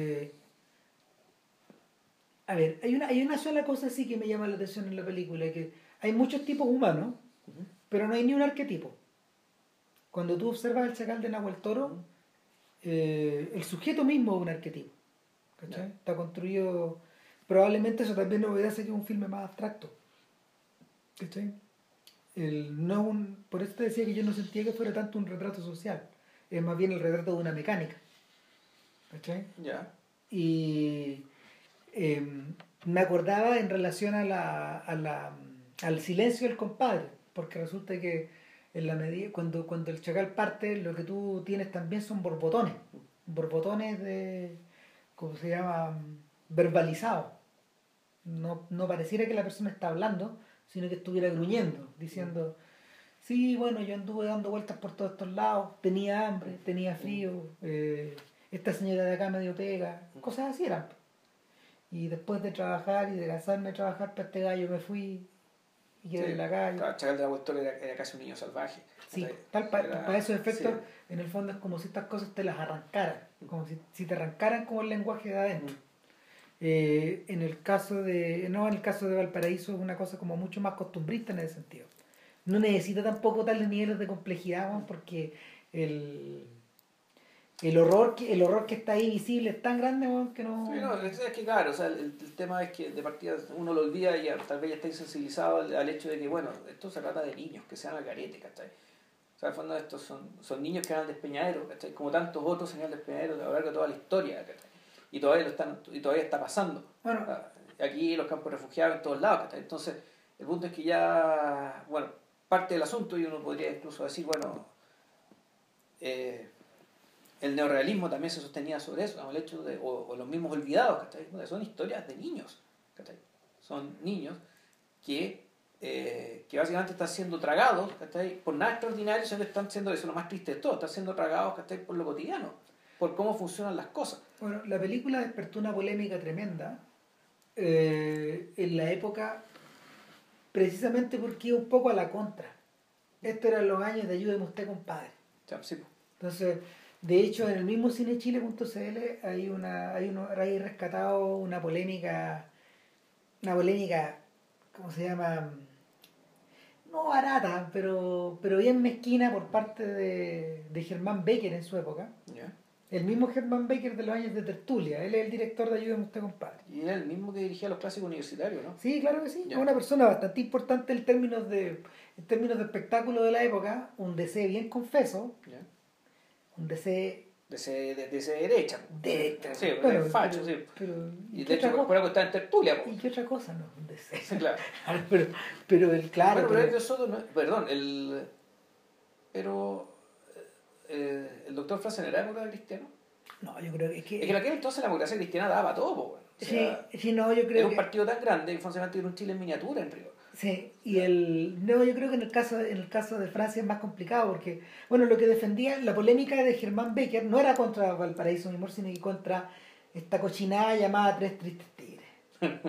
a ver, hay una sola cosa así que me llama la atención en la película, que hay muchos tipos humanos, pero no hay ni un arquetipo. Cuando tú observas el chacal de Nahuel Toro, el sujeto mismo es un arquetipo, ¿cachai? Está construido, probablemente eso también nos hubiera hecho un filme más abstracto, ¿cachai? No por eso te decía que yo no sentía que fuera tanto un retrato social, es más bien el retrato de una mecánica, ¿cachai? Ya. Y me acordaba en relación al silencio del compadre, porque resulta que en la medida, cuando el chacal parte, lo que tú tienes también son borbotones de, ¿cómo se llama? Verbalizados. No pareciera que la persona está hablando, sino que estuviera gruñendo, diciendo, sí, bueno, yo anduve dando vueltas por todos estos lados, tenía hambre, tenía frío, esta señora de acá me dio pega, cosas así eran. Y después de trabajar y de cansarme de trabajar para este gallo me fui y quedé en la calle. Claro, Chacal de la Cuestión era casi un niño salvaje. Sí, para esos efectos, sí. en el fondo es como si estas cosas te las arrancaran, como si te arrancaran como el lenguaje de adentro. En el caso de Valparaíso es una cosa como mucho más costumbrista en ese sentido. No necesita tampoco tales niveles de complejidad, ¿no? Porque el horror que está ahí visible es tan grande, ¿no? Que no... Sí, no, es que claro, o sea, el tema es que de partida uno lo olvida y tal vez ya está insensibilizado al hecho de que, bueno, esto se trata de niños que se van al garete, ¿cachai? O sea, en el fondo estos son niños que van al despeñadero, ¿cachai? Como tantos otros en el despeñadero a lo largo de toda la historia, ¿cachai? Y todavía está pasando. Bueno, aquí los campos refugiados en todos lados, ¿cachai? Entonces, el punto es que ya, bueno, parte del asunto, y uno podría incluso decir, bueno, el neorrealismo también se sostenía sobre eso, ¿no? El hecho de, o los mismos olvidados, ¿cachai? Son historias de niños, ¿cachai? Son niños que básicamente están siendo tragados, ¿cachai? Por nada extraordinario, sino que están siendo, eso es lo más triste de todo, están siendo tragados, ¿cachai? Por lo cotidiano, por cómo funcionan las cosas. Bueno, la película despertó una polémica tremenda en la época, precisamente porque iba un poco a la contra. Estos eran los años de Ayúdeme usted, compadre. O sea, sí, Entonces, de hecho, en el mismo cinechile.cl hay rescatado una polémica, ¿cómo se llama? No barata, pero bien mezquina por parte de Germán Becker en su época. ¿ya? El mismo Germán Becker de los años de Tertulia, él es el director de Ayúdame usted, compadre. Y era el mismo que dirigía los clásicos universitarios, ¿no? Sí, claro que sí, Ya. es una persona bastante importante en términos de espectáculo de la época, un DC bien confeso, ¿Ya? un DC De ese derecha. derecha. Sí, Bueno, facho, pero, sí. pero, Y qué de hecho, otra por algo está en tertulia, po. ¿Y qué otra cosa? No, un DC. Sí, claro. pero el claro. Bueno, pero Soto no, perdón, pero el doctor Franzen era demócrata cristiano. No, yo creo que es Es que en aquel entonces la democracia cristiana daba todo, po, bueno. O sea, sí, no, yo creo era un que partido tan grande que funcionaba era un Chile en miniatura en rigor. sí, no, yo creo que en el caso de Francia es más complicado porque, bueno, lo que defendía, la polémica de Germán Becker no era contra Valparaíso Humor, sino que contra esta cochinada llamada Tres Tristes Tigres.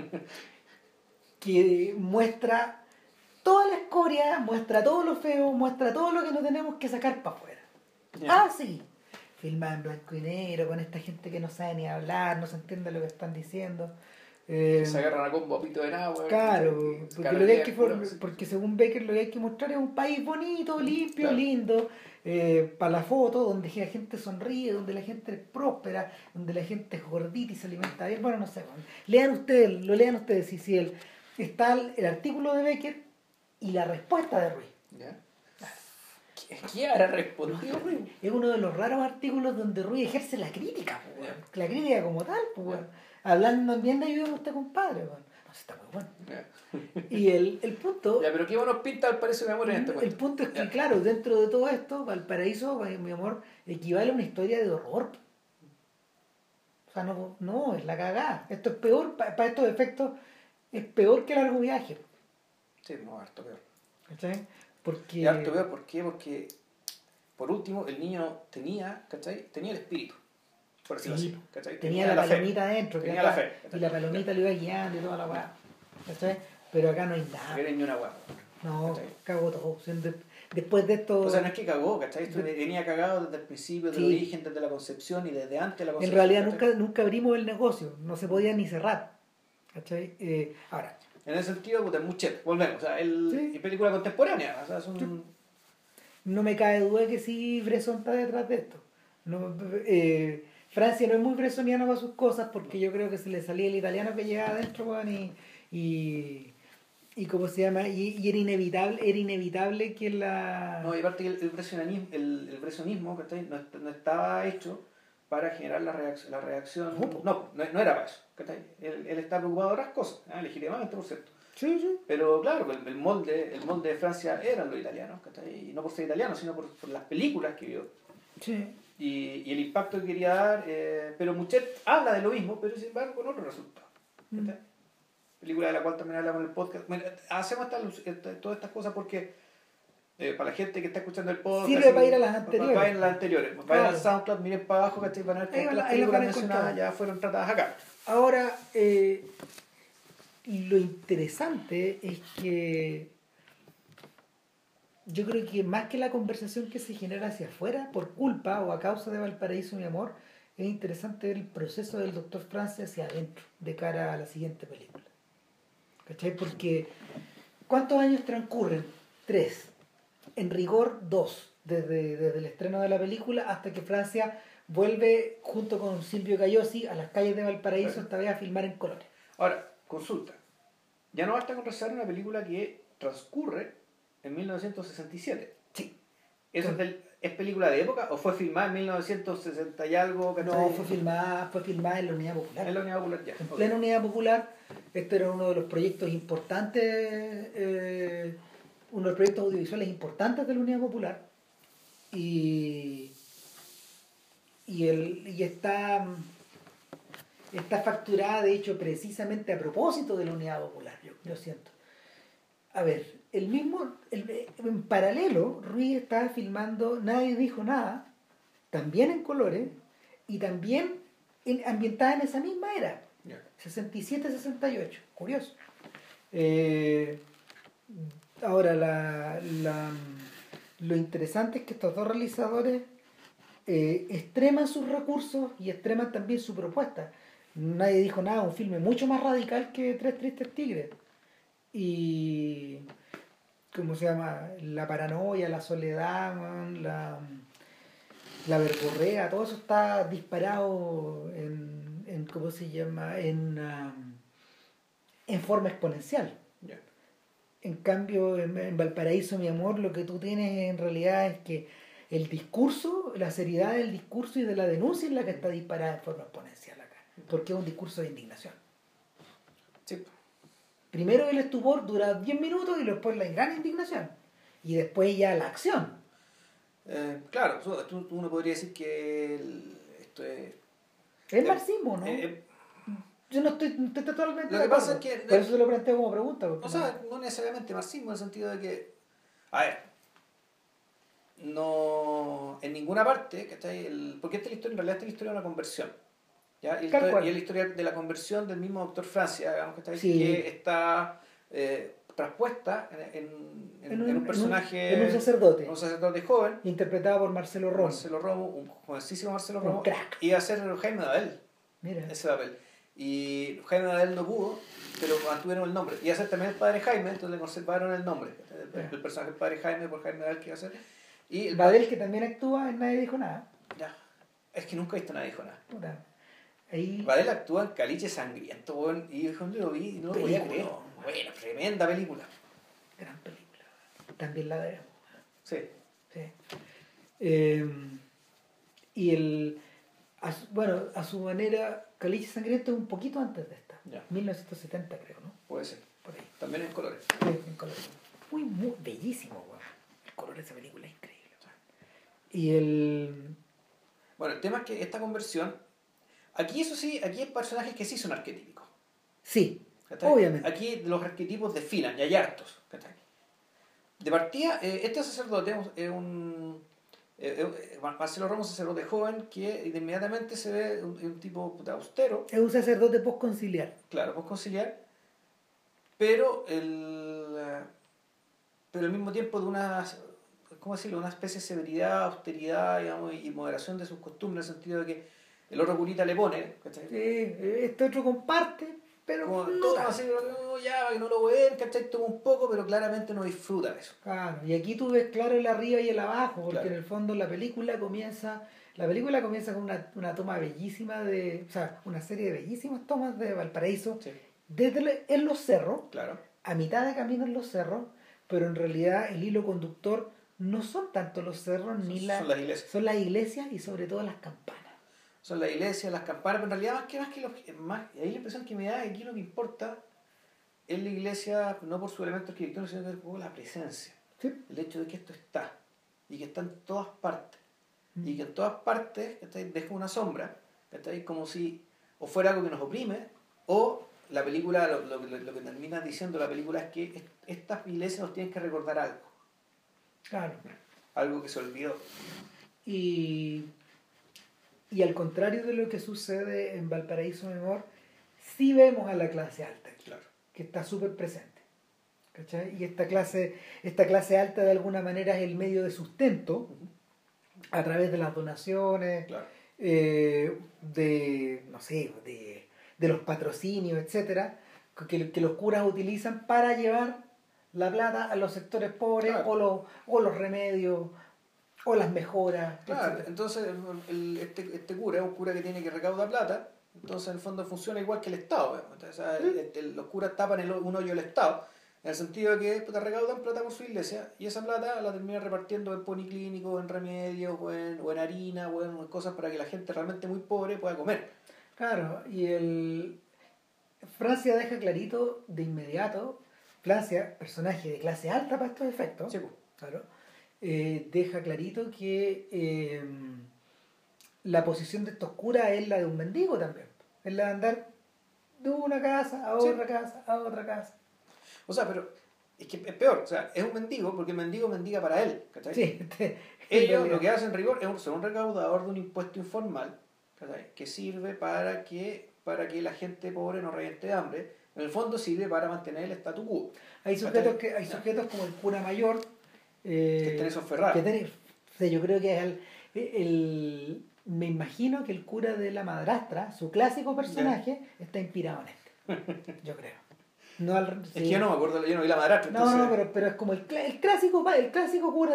Que muestra toda la escoria, muestra todo lo feo, muestra todo lo que no tenemos que sacar para afuera. Yeah. Ah, sí. Filmada en blanco y negro, con esta gente que no sabe ni hablar, no se entiende lo que están diciendo. Se agarran a combo a pito de agua. Claro, porque según Becker lo que hay que mostrar es un país bonito, limpio, claro. lindo, para la foto, donde la gente sonríe, donde la gente es próspera, donde la gente es gordita y se alimenta bien. Bueno, no sé, lo lean ustedes, si está el artículo de Becker y la respuesta de Ruiz. ¿Ya? ¿Qué habrá respondido Ruiz? Es uno de los raros artículos donde Ruiz ejerce la crítica, la crítica como tal, hablando también de Ayúdame usted, compadre. No, está muy bueno. Y el punto... Ya, pero qué bueno pinta al parecer mi amor en este El punto es que, claro, dentro de todo esto, Valparaíso, mi amor, equivale a una historia de horror. O sea, no, es la cagada. Esto es peor, para estos efectos, es peor que Largo Viaje. Sí, no, harto peor. ¿Cachai? Porque... Y harto peor, ¿por qué? Porque, por último, el niño tenía, ¿cachai? Tenía el espíritu, por decirlo así, ¿cachai? Tenía la palomita adentro. Tenía la fe. Y la palomita lo iba guiando y toda la weá. ¿Cachai? Pero acá no hay nada. No era ni una weá. No, cagó todo. Después de esto... O sea, no es que cagó, ¿cachai? Esto venía cagado desde el principio, del origen, desde la concepción y desde antes de la concepción. En realidad nunca abrimos el negocio, no se podía ni cerrar. ¿Cachai? Ahora... En ese sentido, puta, Muchet, volvemos. O sea, y película contemporánea. O sea, es un... No me cabe duda que sí Bresson está detrás de esto. No, Francia no es muy bresoniano para sus cosas porque yo creo que se le salía el italiano que llevaba adentro, weón, y, y ¿cómo se llama? Y era inevitable que No, la... y aparte que el impresionismo ¿cachai? No estaba hecho para generar la reacción. No, po. No era para eso. ¿Cachai? Él está preocupado de otras cosas, legítimamente, por cierto. Sí, sí. Pero claro, el molde de Francia eran los italianos, ¿cachai? Y no por ser italiano, sino por las películas que vio. Sí. Y el impacto que quería dar. Pero Muchet habla de lo mismo, pero sin embargo con otro resultado. ¿Cachai? Película de la cual también hablamos en el podcast. Bueno, hacemos todas estas cosas porque para la gente que está escuchando el podcast Sirve para ir a las anteriores. vayan a las anteriores, Claro. vayan al SoundCloud, miren para abajo, ¿cachai? Van a ver que las películas mencionadas ya fueron tratadas acá. Ahora, lo interesante es que yo creo que más que la conversación que se genera hacia afuera por culpa o a causa de Valparaíso, mi amor, es interesante ver el proceso del doctor Francia hacia adentro de cara a la siguiente película. ¿Cachai? Porque ¿cuántos años transcurren? 3. En rigor 2. Desde el estreno de la película hasta que Francia vuelve junto con Silvio Cayosi a las calles de Valparaíso, esta vez a filmar en colores. Ahora, consulta. Ya no basta con resaltar una película que transcurre en 1967. Sí. ¿Eso es película de época o fue filmada en 1960 y algo? ¿Cachai? No, fue filmada en la Unidad Popular. En la Unidad Popular, ya. En plena Unidad Popular. Este era uno de los proyectos importantes, uno de los proyectos audiovisuales importantes de la Unidad Popular. Y está facturada, de hecho, precisamente a propósito de la Unidad Popular, yo siento. A ver, en paralelo, Ruiz estaba filmando Nadie dijo nada, también en colores, y también ambientada en esa misma era, 67-68, curioso. Ahora, lo interesante es que estos dos realizadores extreman sus recursos y extreman también su propuesta. Nadie dijo nada, un filme mucho más radical que Tres Tristes Tigres. Y ¿cómo se llama? La paranoia, la soledad, man, la verborrea, todo eso está disparado en ¿cómo se llama? En forma exponencial. Yeah. En cambio, en Valparaíso, mi amor, lo que tú tienes en realidad es que el discurso, la seriedad del discurso y de la denuncia es la que está disparada en forma exponencial acá, porque es un discurso de indignación. Sí. Primero el estupor dura 10 minutos y después la gran indignación. Y después ya la acción. Claro, uno podría decir que esto es... Es marxismo, ¿no? Yo no estoy totalmente Lo que pasa es que... Por eso se lo planteo como pregunta. O sea, no necesariamente marxismo en el sentido de que... A ver, no... En ninguna parte, ¿cachai? Porque esta historia, en realidad esta historia es una conversión. ¿Ya? Y es la historia de la conversión del mismo doctor Francia, digamos, sí. Que está traspuesta en un personaje... En un sacerdote. Un sacerdote joven. Interpretado por Marcelo Romo. Marcelo Romo, un jovencísimo Marcelo Romo. Un crack. Iba a ser Jaime Dadel. Mira. Ese papel. Y Jaime Dadel no pudo, pero mantuvieron el nombre. Iba a ser también el padre Jaime, entonces le conservaron el nombre. El personaje del padre Jaime por Jaime Dadel que iba a ser. Y Dadel, que también actúa en Nadie dijo nada. Ya. Es que nunca he visto Nadie dijo nada. Puta. Ahí... Badel actúa en Caliche Sangriento, bueno, y cuando lo vi no lo podía creer. Bueno, tremenda película. Gran película. También la debemos. Sí. Y bueno, a su manera, Caliche Sangriento es un poquito antes de esta. Ya. 1970 creo, ¿no? Puede ser. Por ahí. También en colores. Sí, en colores. Muy bellísimo, weón. El color de esa película es increíble. Y Bueno, el tema es que esta conversión... Aquí, eso sí, aquí hay personajes que sí son arquetípicos. Sí, ¿cachai? obviamente. Aquí los arquetipos desfilan, y hay hartos. ¿Cachai? De partida, este sacerdote es un... Marcelo Romo es un sacerdote joven que inmediatamente se ve un tipo austero. Es un sacerdote postconciliar. Claro, postconciliar. Pero al mismo tiempo de una... ¿Cómo decirlo? Una especie de severidad, austeridad, digamos, y moderación de sus costumbres, en el sentido de que el otro curita le pone, ¿cachai? Este otro comparte, pero como no todo tanto. así, ya, que no lo voy a ver, ¿cachai? Toma un poco, pero claramente no disfruta de eso. Claro, y aquí tú ves claro el arriba y el abajo, porque Claro. en el fondo la película comienza La película comienza con una toma bellísima o sea, una serie de bellísimas tomas de Valparaíso, Sí, en los cerros, claro. a mitad de camino en los cerros, pero en realidad el hilo conductor no son tanto los cerros Son las iglesias. son las iglesias y sobre todo las campanas. Son las iglesias, las campanas, pero en realidad ahí la impresión que me da es que aquí lo que importa es la iglesia, no por su elemento arquitectónico, sino que por la presencia. ¿Sí? El hecho de que esto está, y que está en todas partes, Mm. y que en todas partes deja una sombra, como si o fuera algo que nos oprime, o la película, lo que termina diciendo la película es que estas iglesias nos tienen que recordar algo, Claro. algo que se olvidó. Y, y al contrario de lo que sucede en Valparaíso Mi Amor, sí vemos a la clase alta, Claro. que está súper presente. ¿Cachai? Y esta clase alta de alguna manera es el medio de sustento Uh-huh. a través de las donaciones, Claro. no sé, de los patrocinios, etcétera, que los curas utilizan para llevar la plata a los sectores pobres, Claro. o los remedios o las mejoras, Claro, etcétera. entonces este cura es un cura que tiene que recaudar plata, entonces en el fondo funciona igual que el Estado. Entonces, o sea, los curas tapan un hoyo del Estado, en el sentido de que te recaudan plata por su iglesia y esa plata la terminan repartiendo en policlínicos, en remedios, o en harina, o en cosas para que la gente realmente muy pobre pueda comer. Claro, Francia deja clarito de inmediato, Francia, personaje de clase alta para estos efectos, Sí, pues. claro, deja clarito que la posición de estos curas es la de un mendigo también, es la de andar de una casa a Sí. otra casa, a otra casa. O sea, pero es que es peor, o sea, es un mendigo porque el mendigo mendiga para él, ¿cachai? Sí, Ellos lo que hacen en rigor es ser un recaudador de un impuesto informal, ¿cachai? Que sirve para que la gente pobre no reviente de hambre. En el fondo sirve para mantener el statu quo. hay sujetos como el cura mayor Que estén esos Ferrari. o sea, yo creo que es me imagino que el cura de la madrastra, su clásico personaje, está inspirado en este, yo creo. No Es que yo no me acuerdo, yo no vi la madrastra. Entonces... No, pero es como el clásico cura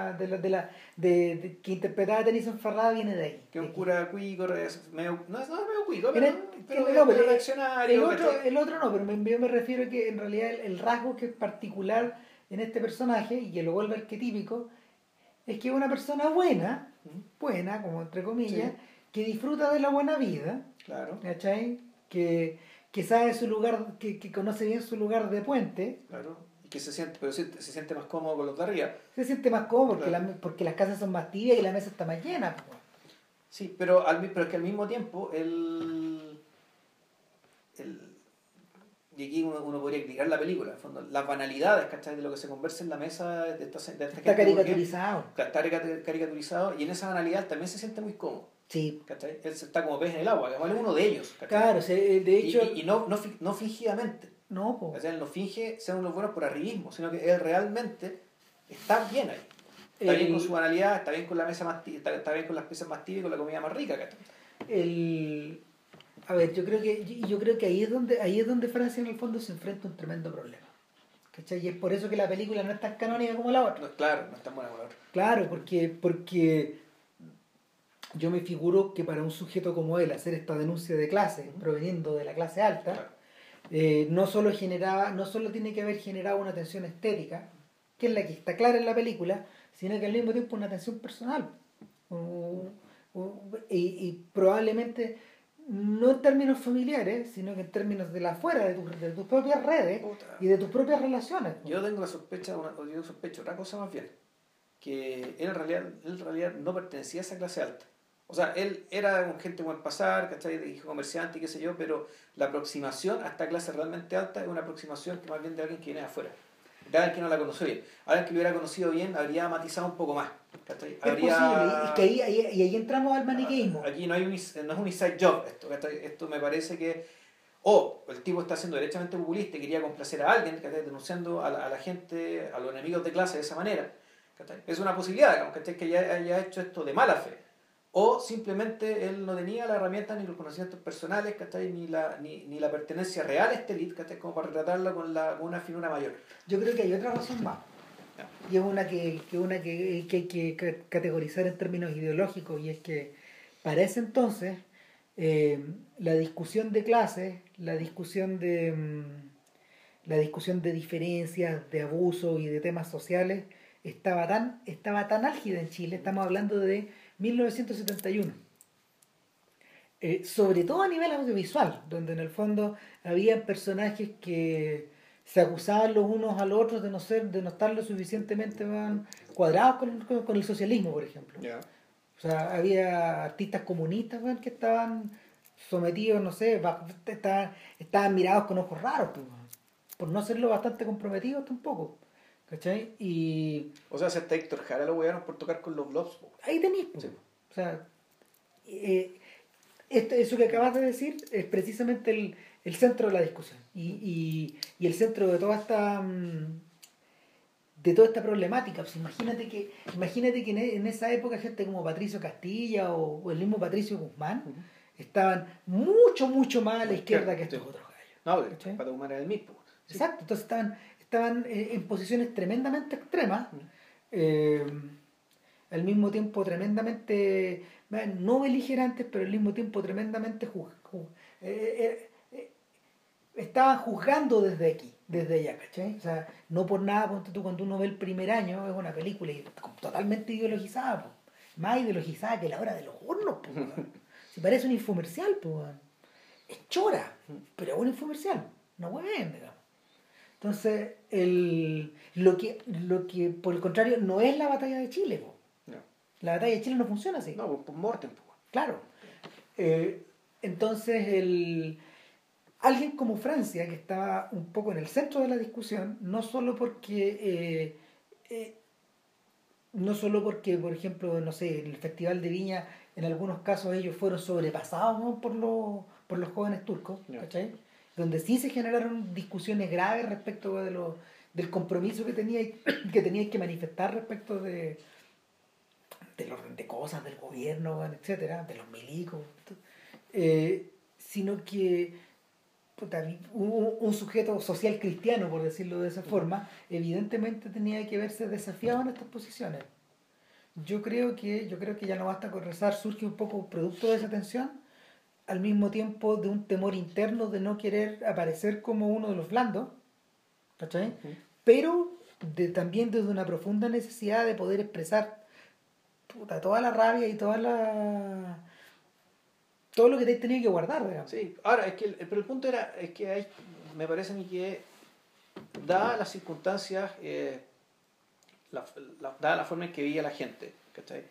que interpretaba a Tennyson Ferrada viene de ahí. Que es un cura cuico, no es medio cuico, pero reaccionario. reaccionario. El otro no, pero yo me refiero a que en realidad el rasgo que es particular en este personaje y que lo vuelve arquetípico es que es una persona buena, como entre comillas, Sí. que disfruta de la buena vida, Claro. ¿cachai? Que sabe su lugar, que conoce bien su lugar de puente. Claro. Y que se siente más cómodo con los de arriba. Se siente más cómodo porque, Claro. porque las casas son más tibias y la mesa está más llena. Pues. Sí, pero es que al mismo tiempo y aquí uno podría criticar la película, en el fondo, las banalidades, ¿cachai? De lo que se conversa en la mesa de esta Está gente caricaturizado. Está caricaturizado y en esa banalidad también se siente muy cómodo. Sí. ¿Cachai? Él está como pez en el agua, que es uno de ellos. ¿Cachai? Claro, de hecho... Y no fingidamente. No, po. Él no finge ser uno bueno por arribismo, sino que él realmente está bien ahí. Está bien con su banalidad, está bien con la mesa más tibia, está bien con las piezas más tibias y con la comida más rica. ¿Cachai? A ver, yo creo que ahí es donde Francia en el fondo se enfrenta a un tremendo problema. ¿Cachai? Y es por eso que la película no es tan canónica como la otra. No, claro, no es tan buena como la otra. Claro, porque yo me figuro que para un sujeto como él hacer esta denuncia de clase, proveniendo de la clase alta, Claro. no solo tiene que haber generado una tensión estética, que es la que está clara en la película, sino que al mismo tiempo una tensión personal. Y probablemente no en términos familiares, sino que en términos de la afuera, de tus propias redes Puta. y de tus propias relaciones. Yo tengo la sospecha, yo sospecho otra cosa más bien, que él en realidad no pertenecía a esa clase alta. O sea, él era un gente buen pasar, ¿cachai? De hijo comerciante y qué sé yo, pero la aproximación a esta clase realmente alta es una aproximación que más bien de alguien que viene de afuera. De alguien que no la conoció bien. Alguien que lo hubiera conocido bien habría matizado un poco más. ¿Cachai? Es posible, es que ahí entramos al maniqueísmo. Aquí no es un inside job esto. ¿Cachai? Esto me parece que el tipo está siendo derechamente populista y quería complacer a alguien, ¿cachai? Denunciando a la gente, a los enemigos de clase de esa manera. ¿Cachai? Es una posibilidad, digamos, ¿cachai? Que haya hecho esto de mala fe. O simplemente él no tenía la herramienta ni los conocimientos personales, ¿cachai? Ni la pertenencia real a este elite, ¿cachai? Como para retratarla con una finura mayor. Yo creo que hay otra razón más. y es una que hay que categorizar en términos ideológicos, y es que para ese entonces la discusión de clases, la discusión de diferencias, de abuso y de temas sociales estaba tan álgida en Chile. Estamos hablando de 1971. Sobre todo a nivel audiovisual, donde en el fondo había personajes que se acusaban los unos a los otros de no estar lo suficientemente cuadrados con el socialismo, por ejemplo. Yeah. O sea, había artistas comunistas, que estaban sometidos, no sé, estaban mirados con ojos raros, pues, por no serlo bastante comprometidos tampoco. ¿Cachai? Y O sea, hasta Héctor Jara lo huearon por tocar con los Blobs. ahí tenéis, pues. Sí. O sea, eso que acabas de decir es precisamente el centro de la discusión y el centro de toda esta problemática. Pues imagínate que en esa época gente como Patricio Castilla o el mismo Patricio Guzmán estaban mucho más a la izquierda que estos otros gallos. No, ¿cachai? Pato Guzmán era el mismo. Sí. Exacto, entonces estaban en posiciones tremendamente extremas, al mismo tiempo tremendamente, no beligerantes, pero al mismo tiempo tremendamente estaban juzgando desde aquí, desde allá, ¿cachai? O sea, no por nada, ponte tú, cuando uno ve El Primer Año, es una película totalmente ideologizada, po. Más ideologizada que La Hora de los Hornos, po, si parece un infomercial, po, es chora, pero es un infomercial, no hueven, digamos. Entonces, lo que por el contrario no es la batalla de Chile, po. No. La batalla de Chile no funciona así. No, pues Morten. Claro. Entonces, alguien como Francia, que estaba un poco en el centro de la discusión, no solo porque, por ejemplo, no sé, en el Festival de Viña, en algunos casos ellos fueron sobrepasados, ¿no?, por los jóvenes turcos, ¿cachai? Donde sí se generaron discusiones graves respecto del compromiso que teníais que manifestar respecto de cosas del gobierno, etcétera, de los milicos, sino que un sujeto social cristiano, por decirlo de esa forma, evidentemente tenía que verse desafiado en estas posiciones. Yo creo que ya no basta con rezar, surge un poco producto de esa tensión, al mismo tiempo de un temor interno de no querer aparecer como uno de los blandos, ¿cachai? Uh-huh. Pero también desde una profunda necesidad de poder expresar toda la rabia y todo lo que te has tenido que guardar, digamos. Sí, ahora, pero el punto es que me parece a mí que, dadas las circunstancias, dada la forma en que veía la gente, ¿cachai?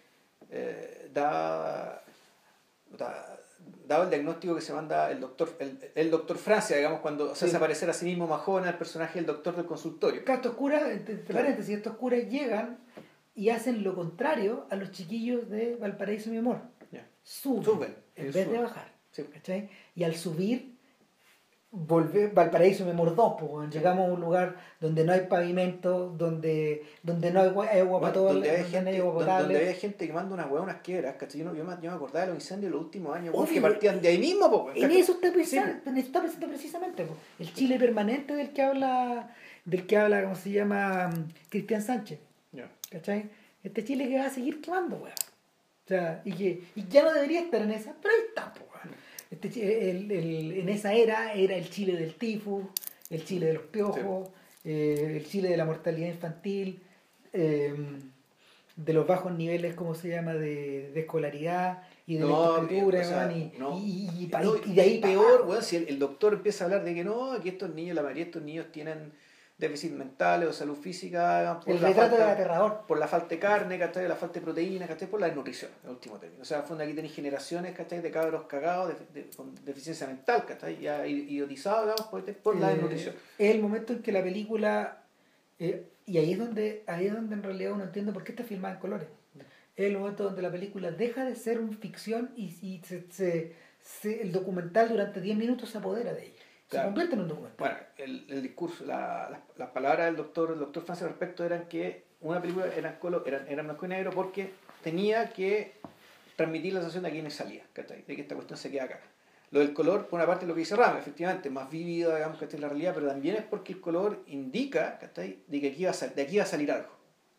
Dado el diagnóstico que se manda el doctor Francia, digamos, cuando se hace aparecer a sí mismo Majona, el personaje del doctor del consultorio. Claro, estos curas, paréntesis, estos curas llegan y hacen lo contrario a los chiquillos de Valparaíso, mi amor. Yeah. Suben en vez de bajar. Sí. ¿Cachai? Y al subir, Valparaíso, mi amor, 2, pues, llegamos a un lugar donde no hay pavimento, donde no hay agua para todos, donde había gente que manda unas hueonas quiebras, ¿cachai? Yo me acordaba de los incendios de los últimos años, que partían de ahí mismo, pues. En eso está pensando precisamente, pues. El Chile permanente del que habla, ¿cómo se llama? Cristian Sánchez. Yeah. ¿Cachai? Este Chile que va a seguir quemando, weón. O sea, y ya no debería estar en esa, pero ahí está, weón. En esa era el Chile del tifus, el Chile de los piojos, sí. El Chile de la mortalidad infantil, de los bajos niveles, ¿cómo se llama?, de escolaridad y de lectoescritura, y de ahí peor, weón, si el doctor empieza a hablar de que no, que estos niños, la mayoría de estos niños tienen déficit mentales o salud física por por la falta de carne, ¿cachai? La falta de proteína, ¿cachai? Por la desnutrición, en último término. O sea, aquí tenéis generaciones, ¿cachai?, de cabros cagados con deficiencia mental, ¿cachai? Ya idiotizados, digamos, por la desnutrición. Es el momento en que la película, y ahí es donde en realidad uno entiende por qué está filmada en colores. Es el momento donde la película deja de ser una ficción y el documental durante 10 minutos se apodera de ella. Claro. Se convierte en un documental. Bueno, el discurso, las palabras del doctor Francia al respecto eran que una película era blanco y negro porque tenía que transmitir la sensación de quienes salía, ¿cachai? De que esta cuestión se queda acá. Lo del color, por una parte, lo que dice Rama, efectivamente, más vívido, digamos, que esta es la realidad, pero también es porque el color indica, ¿cachai?, de que de aquí va a salir algo.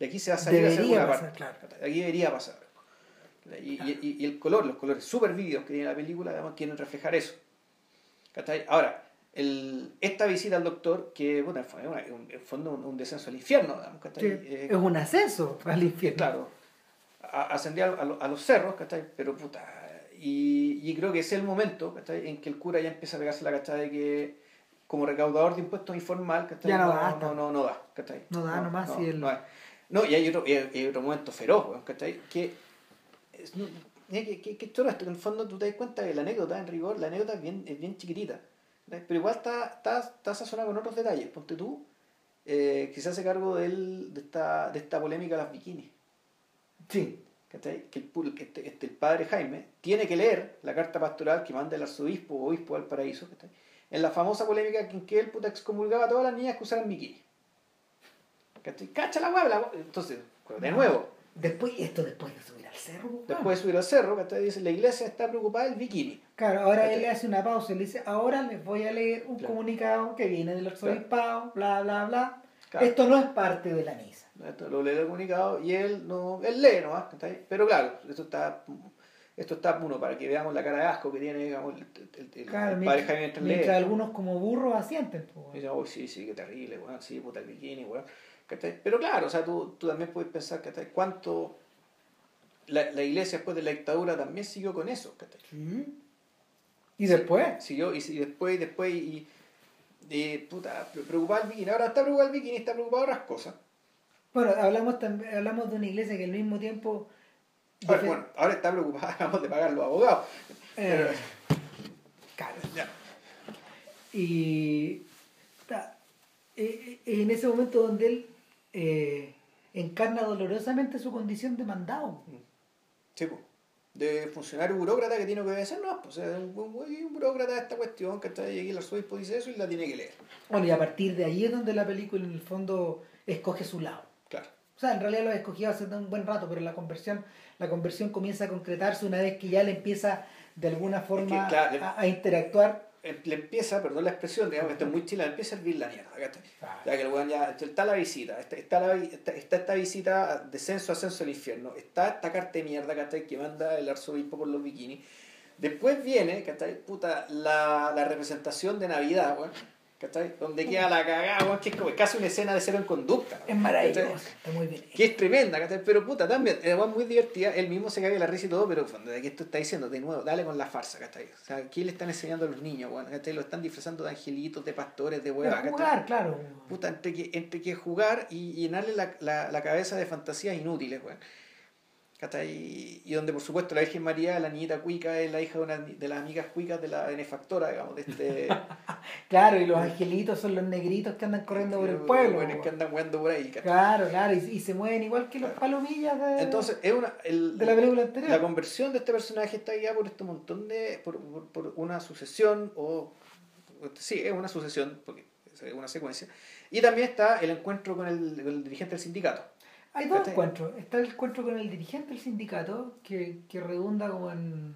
De aquí se va a salir a segunda pasar, parte. claro. De aquí debería pasar. Y el color, los colores súper vívidos que tiene la película, además quieren reflejar eso. ¿Cachai? Ahora, esta visita al doctor, que bueno, fue en el fondo un descenso al infierno, digamos, ¿cachai? Sí, es un ascenso al infierno. Claro, ascendía a los cerros, ¿cachai? Pero puta, y creo que ese es el momento, ¿cachai? En que el cura ya empieza a pegarse la cachada de que como recaudador de impuestos informal, ¿cachai? Ya no da, ¿cachai? No da nomás no, si el... no hay. No, y hay otro momento feroz, ¿cachai? Que que choro esto, que en el fondo tú te das cuenta que la anécdota, en rigor, la anécdota es bien chiquitita, ¿cachai? Pero igual está sazonada con otros detalles. Ponte tú, que se hace cargo de esta polémica de las bikinis. Sí. ¿Cachai? Que el padre Jaime tiene que leer la carta pastoral que manda el arzobispo o obispo del paraíso, ¿cachai? En la famosa polémica en que él excomulgaba a todas las niñas que usaran bikini. ¿Cachai? ¡Cacha la hueá! Entonces, de nuevo. Después de subir al cerro. Después de subir al cerro, ¿cachai? Dice, la iglesia está preocupada del bikini. Claro, ahora ¿cachai? él le hace una pausa y le dice, ahora les voy a leer un comunicado que viene del arzobispado, bla, bla, bla. Claro. Esto no es parte de la misa. Esto lo lee el comunicado y él lee nomás, ¿cachai? Pero claro, esto está uno para que veamos la cara de asco que tiene, digamos, el padre Jaime mientras algunos como burros asienten. Y dicen, oh, sí, qué terrible, weón, sí, puta el bikini, weón. Pero claro, o sea, tú también puedes pensar, ¿cachai? Cuánto la iglesia después de la dictadura también siguió con eso, ¿cachai? ¿Sí? ¿Y después? Siguió, y después, puta, preocupado el bikini. Ahora está preocupado el bikini, está preocupado de otras cosas. Bueno, hablamos de una iglesia que al mismo tiempo... Ahora está preocupada, digamos, de pagar los abogados. Claro. Ya. Y en ese momento donde él encarna dolorosamente su condición de mandado. Sí, pues. De funcionario burócrata que tiene que obedecer, no, pues, o sea, un burócrata de esta cuestión, que está ahí, el arzobispo dice eso y la tiene que leer. Bueno, y a partir de ahí es donde la película en el fondo escoge su lado. Claro. O sea, en realidad lo ha escogido hace un buen rato, pero la conversión comienza a concretarse una vez que ya le empieza de alguna forma a interactuar. Le empieza, perdón la expresión, digamos que esto es muy chila, le empieza a hervir la mierda, ¿cachai? Ya que el weón ya está la visita, está esta visita, descenso, ascenso al infierno, está esta carta de mierda, ¿cachai? Que manda el arzobispo por los bikinis. Después viene, ¿cachai? Puta, la representación de Navidad, weón, ¿cachai? Donde queda la cagada, weón, que es como casi una escena de Cero en Conducta, ¿no? Es maravilloso, está muy bien. Que es tremenda, ¿cachai? Pero puta, también, es muy divertida, él mismo se caga la risa y todo, pero de que esto está diciendo, de nuevo, dale con la farsa, ¿cachai? O sea, ¿qué le están enseñando a los niños, weón? ¿Cachai? Lo están disfrazando de angelitos, de pastores, de huevas, ¿cachai? Jugar, claro. Puta, entre que jugar y llenarle la cabeza de fantasías inútiles, weón. ¿Cachai? Y donde por supuesto la Virgen María, la niñita cuica, es la hija de las amigas cuicas de la benefactora, digamos, de este... Claro, y los angelitos son los negritos que andan corriendo por el pueblo. Bueno, que andan jugando por ahí, ¿cachai? Claro, y se mueven igual que los palomillas Entonces, de la película anterior. La conversión de este personaje está guiada por este montón por una sucesión, sí, es una sucesión, porque es una secuencia, y también está el encuentro con el dirigente del sindicato. Hay dos encuentros. Está el encuentro con el dirigente del sindicato, que redunda como en...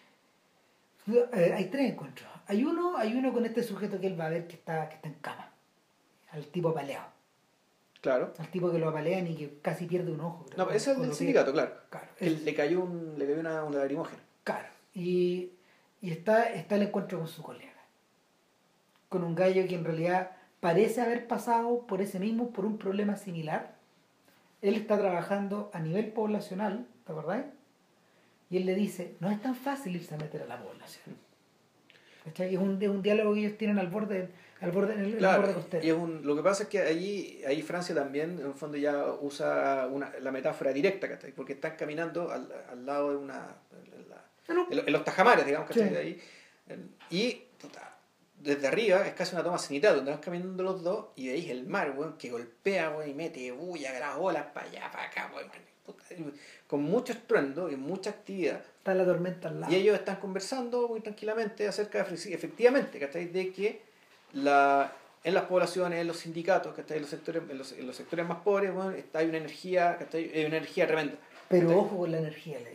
hay tres encuentros. Hay uno con este sujeto que él va a ver que está en cama. Al tipo apaleado. Claro. Al tipo que lo apalean y que casi pierde un ojo. Creo. No, ese es el del sindicato, claro. Le cayó una lacrimógena. Claro. Y está el encuentro con su colega. Con un gallo que en realidad parece haber pasado por un problema similar. Él está trabajando a nivel poblacional, ¿te acordás? Y él le dice, no es tan fácil irse a meter a la población. ¿Cachai? Es un diálogo que ellos tienen al borde costero. Y lo que pasa es que ahí Francia también, en el fondo, ya usa la metáfora directa, ¿cachai? Porque están caminando al lado de en los tajamares, digamos, ¿cachai? Sí. Ahí, y puta, desde arriba es casi una toma cenital donde van caminando los dos y veis el mar, weón, que golpea, weón, y mete bulla, las olas para allá, para acá, weón, con mucho estruendo y mucha actividad. Está la tormenta al lado. Y ellos están conversando muy tranquilamente acerca de, efectivamente, ¿cachai? De que en las poblaciones, en los sindicatos, ¿cachai? En los sectores más pobres, weón, hay una energía, ¿cachai? Hay una energía tremenda. Pero ¿cachai? ojo con la energía, le dice el otro.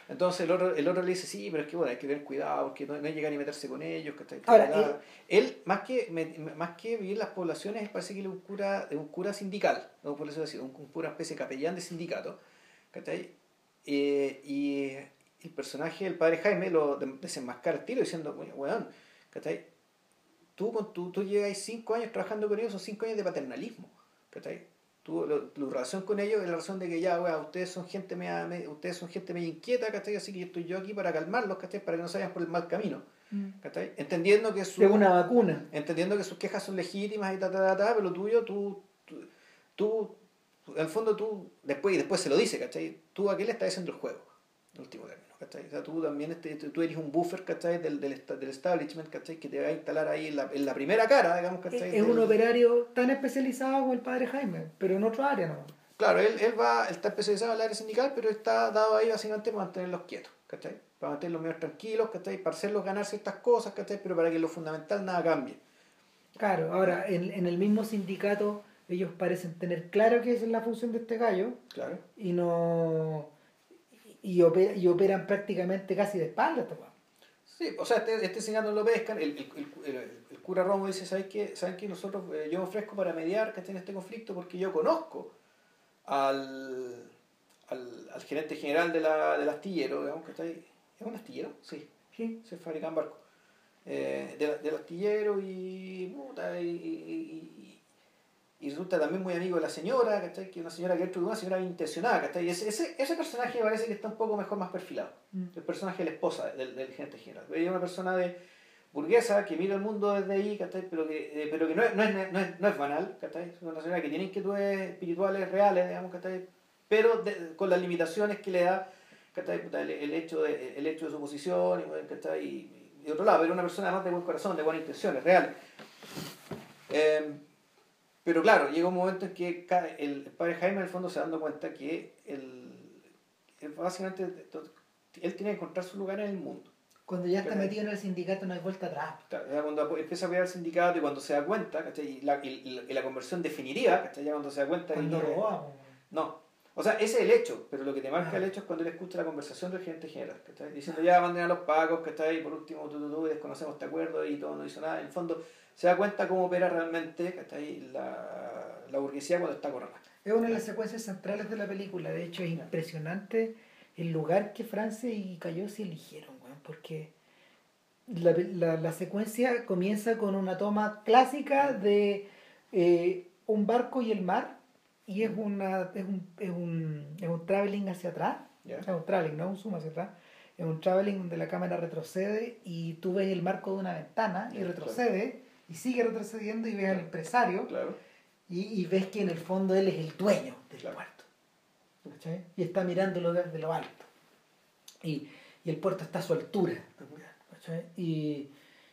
Entonces el otro le dice, sí, pero es que bueno, hay que tener cuidado porque no llega ni meterse con ellos. Ahora, Él, más que vivir las poblaciones, parece que él es un cura sindical, no por eso decir, un cura especie de capellán de sindicato. ¿Cachai? Y el personaje, el padre Jaime, lo desenmascara al tiro diciendo, weón, ¿cachai? Tú llevas 5 años trabajando con ellos, son 5 años de paternalismo. ¿Cachai? Tu relación con ellos es la razón de que ya, weón, ustedes son gente media inquieta, ¿cachai? Así que estoy yo aquí para calmarlos, ¿cachai? Para que no se vayan por el mal camino. ¿Cachai? Entendiendo que es una vacuna. Entendiendo que sus quejas son legítimas y pero lo tuyo, tú en el fondo después se lo dice, ¿cachai? Tú a qué le estás haciendo el juego, en último término, ¿cachai? O sea, tú también tú eres un buffer, ¿cachai? Del establishment, ¿cachai? Que te va a instalar ahí en la primera cara, digamos, ¿cachai? Es un operario tan especializado como el padre Jaime, pero en otra área, ¿no? Claro, él está especializado en el área sindical, pero está dado ahí básicamente para mantenerlos quietos, ¿cachai? Para mantenerlos medio tranquilos, ¿cachai? Para hacerlos ganar ciertas cosas, ¿cachai? Pero para que lo fundamental nada cambie. Claro, ahora, en el mismo sindicato ellos parecen tener claro que esa es la función de este gallo. Claro. Y no... Y operan prácticamente casi de espaldas, Sí, o sea, este sindicato no lo pescan, el cura Romo dice, ¿saben qué? Nosotros, yo me ofrezco para mediar, ¿cachai? En este conflicto porque yo conozco al gerente general del astillero, digamos, ¿cachai? ¿Es un astillero? Sí. Sí. Se fabrican barcos. Del astillero y resulta también muy amigo de la señora, ¿cachai? Que una señora que es una señora bien intencionada, ¿cachai? Ese personaje parece que está un poco mejor, más perfilado. El personaje de la esposa del gerente general. Ella es una persona burguesa que mira el mundo desde ahí, ¿cachai? Pero que no es banal, ¿cachai? Es una señora que tiene inquietudes espirituales reales, digamos, ¿cachai? Pero con las limitaciones que le da, ¿cachai? El hecho de su posición, ¿cachai? Y de otro lado, pero una persona además de buen corazón, de buenas intenciones, reales. Pero claro, llega un momento en que el padre Jaime en el fondo se da dando cuenta que básicamente él tiene que encontrar su lugar en el mundo. Cuando ya está metido en el sindicato no hay vuelta atrás. Claro, cuando empieza a apoyar el sindicato y cuando se da cuenta, ¿cachai? Y la conversión definitiva, ¿cachai? Ya cuando se da cuenta... Cuando robamos. No. O sea, ese es el hecho, pero lo que te marca el hecho es cuando él escucha la conversación del gerente general, ¿cachai? Diciendo ya manden a los pagos, ¿cachai? Por último, desconocemos este acuerdo y todo no hizo nada. En el fondo se da cuenta cómo opera realmente, ¿cachai? La burguesía cuando está corrupta. Es una de las secuencias centrales de la película. De hecho, es impresionante el lugar que Francia y Cayo se eligieron, weón, porque la secuencia comienza con una toma clásica de un barco y el mar, y es un traveling hacia atrás. ¿Ya? Es un traveling, no un zoom hacia atrás. Es un traveling donde la cámara retrocede y tú ves el marco de una ventana y retrocede, claro, y sigue retrocediendo y ves al empresario, claro, y ves que en el fondo él es el dueño del puerto, ¿cachai? Y está mirándolo desde lo alto y el puerto está a su altura, ¿cachai? Y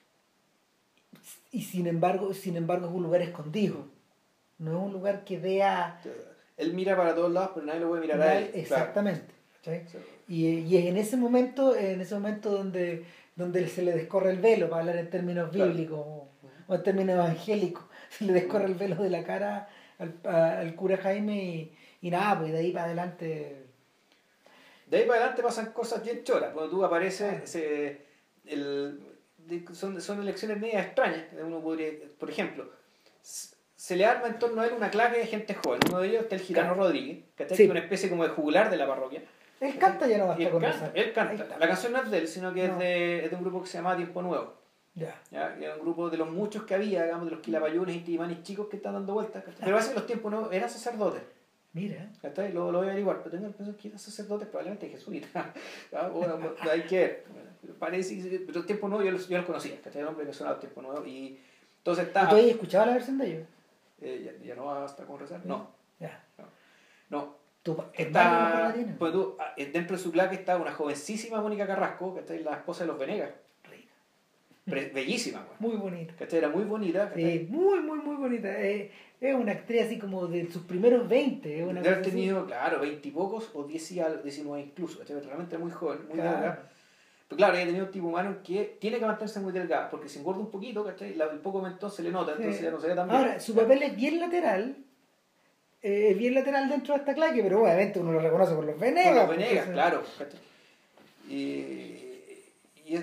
sin embargo es un lugar escondido, no es un lugar que vea... Él mira para todos lados pero nadie lo puede mirar a él. Exactamente, claro. Sí. Y es en ese momento donde se le descorre el velo, para hablar en términos bíblicos, claro, o en términos evangélicos, se le descorre el velo de la cara al cura Jaime y nada, pues de ahí para adelante... De ahí para adelante pasan cosas bien choras. Cuando tú apareces, son elecciones medias extrañas. Uno podría, por ejemplo, se le arma en torno a él una claque de gente joven. Uno de ellos está el gitano Rodríguez, que está, sí, una especie como de jugular de la parroquia. Él canta, ya no basta con eso. Él canta. La canción no es de él, sino que es de un grupo que se llama Tiempo Nuevo. ¿Ya? Que era un grupo de los muchos que había, digamos, de los quilapayunes y timanis chicos que están dando vueltas. Pero hace los Tiempos Nuevos eran sacerdotes. Mira. Lo voy a averiguar, pero tengo la impresión que eran sacerdotes, probablemente jesuitas. Bueno, hay que ver. Parece, pero Tiempo Nuevo yo los conocía, ¿cachai? El hombre que sonaba Tiempo Nuevo. Y entonces está... ¿Tú habías escuchado la versión de ellos? Ya no basta con rezar. No. Ya. No. Está, pues dentro de su claque está una jovencísima Mónica Carrasco, que está la esposa de los Venegas. Bellísima, güey. Muy bonita. ¿Cachai? Era muy bonita. Sí, muy bonita. Es una actriz así como de sus primeros 20. Debe haber tenido, claro, 20 y pocos o 19 incluso. ¿Cachai? Realmente muy joven, muy delgada. Pero claro, ella ha tenido un tipo humano que tiene que mantenerse muy delgada, porque si engorda un poquito, ¿cachai? El poco mentón se le nota, entonces ya no se ve tan bien. Ahora, su papel es bien lateral. Bien lateral dentro de esta claque, pero obviamente uno lo reconoce por los Venegas. Por los Venegas, claro. y,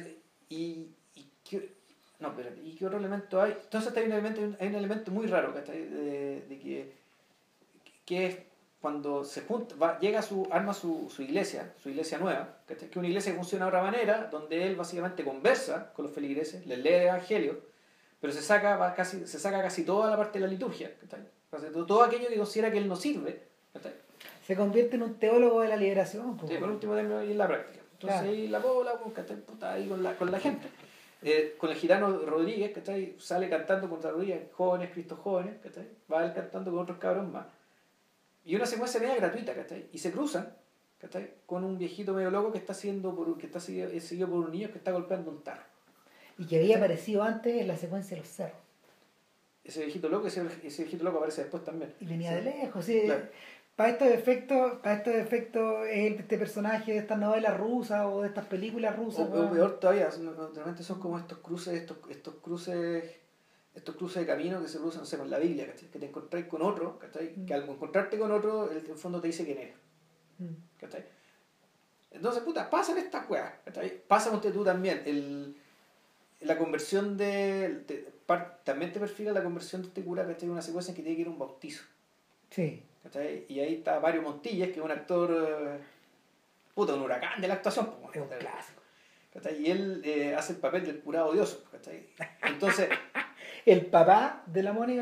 no, pero ¿y qué otro elemento hay? Entonces hay un elemento muy raro, ¿cachai? De que es cuando se junta, arma su iglesia nueva, ¿cachai? Que es una iglesia que funciona de otra manera, donde él básicamente conversa con los feligreses, les lee el evangelio, pero se saca casi toda la parte de la liturgia, ¿cachai? Todo aquello que considera que él no sirve, ¿cachai? Se convierte en un teólogo de la liberación. Sí, por último término y en la práctica. Entonces claro. ahí la bola, ¿cachai? Puta, ahí con la gente. Con el gitano Rodríguez, ¿cachai? Sale cantando contra Rodríguez, jóvenes, Cristo jóvenes, ¿cachai? Va él cantando con otros cabros más. Y una secuencia media gratuita, ¿cachai? Y se cruzan, ¿cachai? Con un viejito medio loco que está seguido por un niño que está golpeando un tarro. Y que había aparecido antes en la secuencia de los cerros. Ese viejito loco aparece después también. Y venía sí. de lejos, sí. Claro. Para estos efectos es este personaje de estas novelas rusas o de estas películas rusas. O peor todavía, realmente son como estos cruces de camino que se producen, no sé, con la Biblia, ¿cachai? Que te encontráis con otro, ¿cachai? Que al encontrarte con otro, en el fondo te dice quién eres, ¿cachai? Entonces, puta, pasan estas weas, ¿cachai? Pasa ponte tú también, la conversión también te perfila la conversión de este cura, ¿cachai? En una secuencia en que tiene que ir a un bautizo. Sí. ¿Cachai? Y ahí está Mario Montillas, que es un actor, un huracán de la actuación. Es un clásico. ¿Cachai? Y él hace el papel del cura odioso, ¿cachai? Entonces... el papá de la Mónica,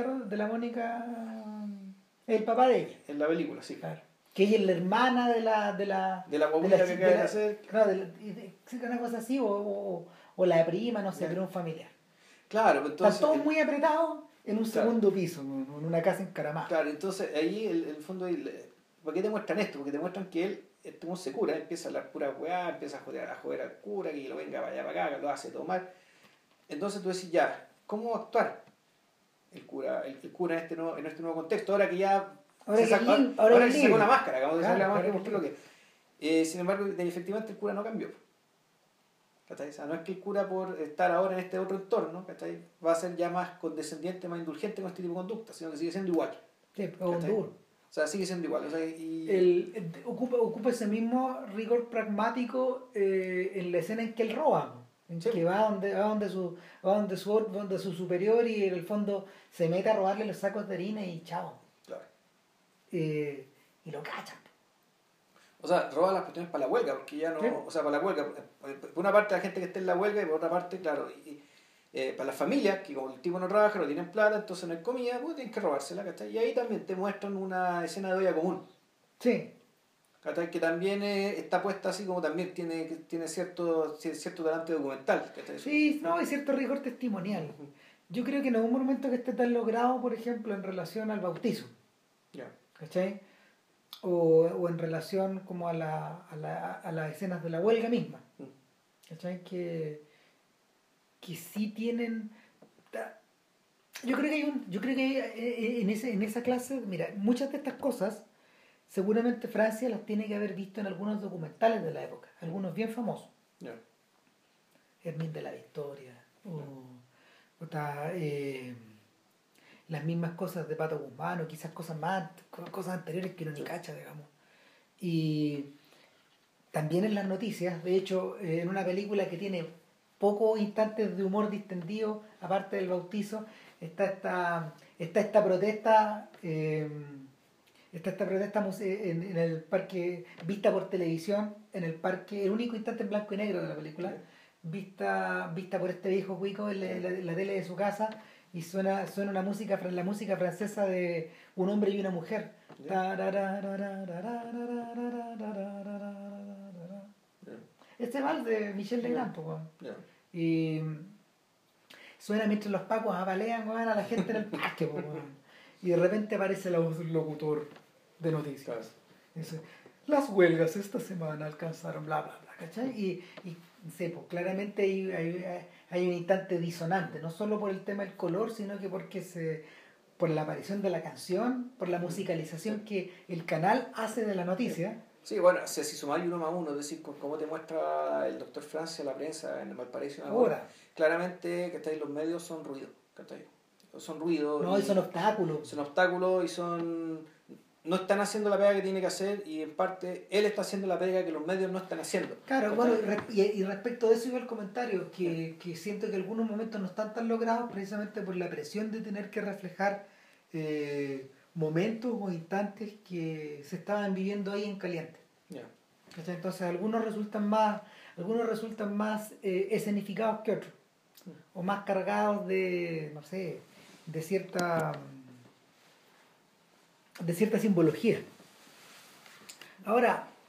el papá de ella. En la película, sí. Claro. Que ella es la hermana de la guaguita que acaba de hacer. Claro, una cosa así, o la prima, no sé, pero un familiar. Claro, entonces... Están todos muy apretados en un segundo piso, en una casa encaramada. Claro, entonces ahí el fondo... ¿Por qué te muestran esto? Porque te muestran que él se cura, empieza a hablar pura weá, empieza a joder al cura, que lo venga para allá para acá, que lo hace tomar. Entonces tú decís, ya, ¿cómo va a actuar el cura en este nuevo contexto? Ahora que ya... Ahora que se sacó la máscara, acabamos de sacar la máscara, porque lo que... sin embargo, efectivamente el cura no cambió. ¿Cachai? O sea, no es que el cura por estar ahora en este otro entorno, ¿cachai? Va a ser ya más condescendiente, más indulgente con este tipo de conducta, sino que sigue siendo igual. Sí, pero duro. O sea, sigue siendo igual. O sea, ocupa ese mismo rigor pragmático en la escena en que él roba, en que va donde su superior y en el fondo se mete a robarle los sacos de harina y chao. Claro. Y lo cachan. O sea, roba las cuestiones para la huelga, porque ya no... ¿Sí? O sea, para la huelga. Por una parte la gente que está en la huelga y por otra parte, claro, para las familias, que como el tipo no trabaja, no tienen plata, entonces no hay comida, pues tienen que robársela, ¿cachai? Y ahí también te muestran una escena de olla común. Sí. ¿Cachai? Que también está puesta así como también tiene cierto talante documental, ¿cachai? Sí, no, hay cierto rigor testimonial. Yo creo que no es un momento que esté tan logrado, por ejemplo, en relación al bautizo. Yeah. ¿Cachai? O en relación como a las escenas de la huelga misma. ¿Cachai? Que sí tienen... Yo creo que hay, en esa clase, mira, muchas de estas cosas seguramente Francia las tiene que haber visto en algunos documentales de la época, algunos bien famosos. Yeah. Hermine de la Victoria, las mismas cosas de Pato Guzmán, o quizás cosas anteriores que uno ni cacha, digamos. Y también en las noticias, de hecho, en una película que tiene pocos instantes de humor distendido, aparte del bautizo, está esta protesta en el parque, vista por televisión, en el parque, el único instante en blanco y negro de la película, vista por este viejo cuico en la tele de su casa, y suena la música francesa de Un hombre y una mujer. Este vals de Michel Legrand, y suena mientras los pacos apalean a la gente en el parque, y de repente aparece el locutor de noticias. Dice, las huelgas esta semana alcanzaron bla bla bla, ¿cachai? Y claramente hay un instante disonante, no solo por el tema del color, sino que por la aparición de la canción, por la musicalización que el canal hace de la noticia. Sí, bueno, si sumáis 1 más 1, es decir, como te muestra el doctor Francia, la prensa en Valparaíso, ahora claramente que los medios son ruido, ¿cachai? Son ruidos. No, y son obstáculos. Son obstáculos y son... no están haciendo la pega que tiene que hacer y en parte él está haciendo la pega que los medios no están haciendo. Claro, bueno, y respecto de eso iba el comentario, que siento que algunos momentos no están tan logrados precisamente por la presión de tener que reflejar momentos o instantes que se estaban viviendo ahí en caliente. Yeah. Entonces algunos resultan más escenificados que otros, o más cargados de, no sé, de cierta simbología. Ahora,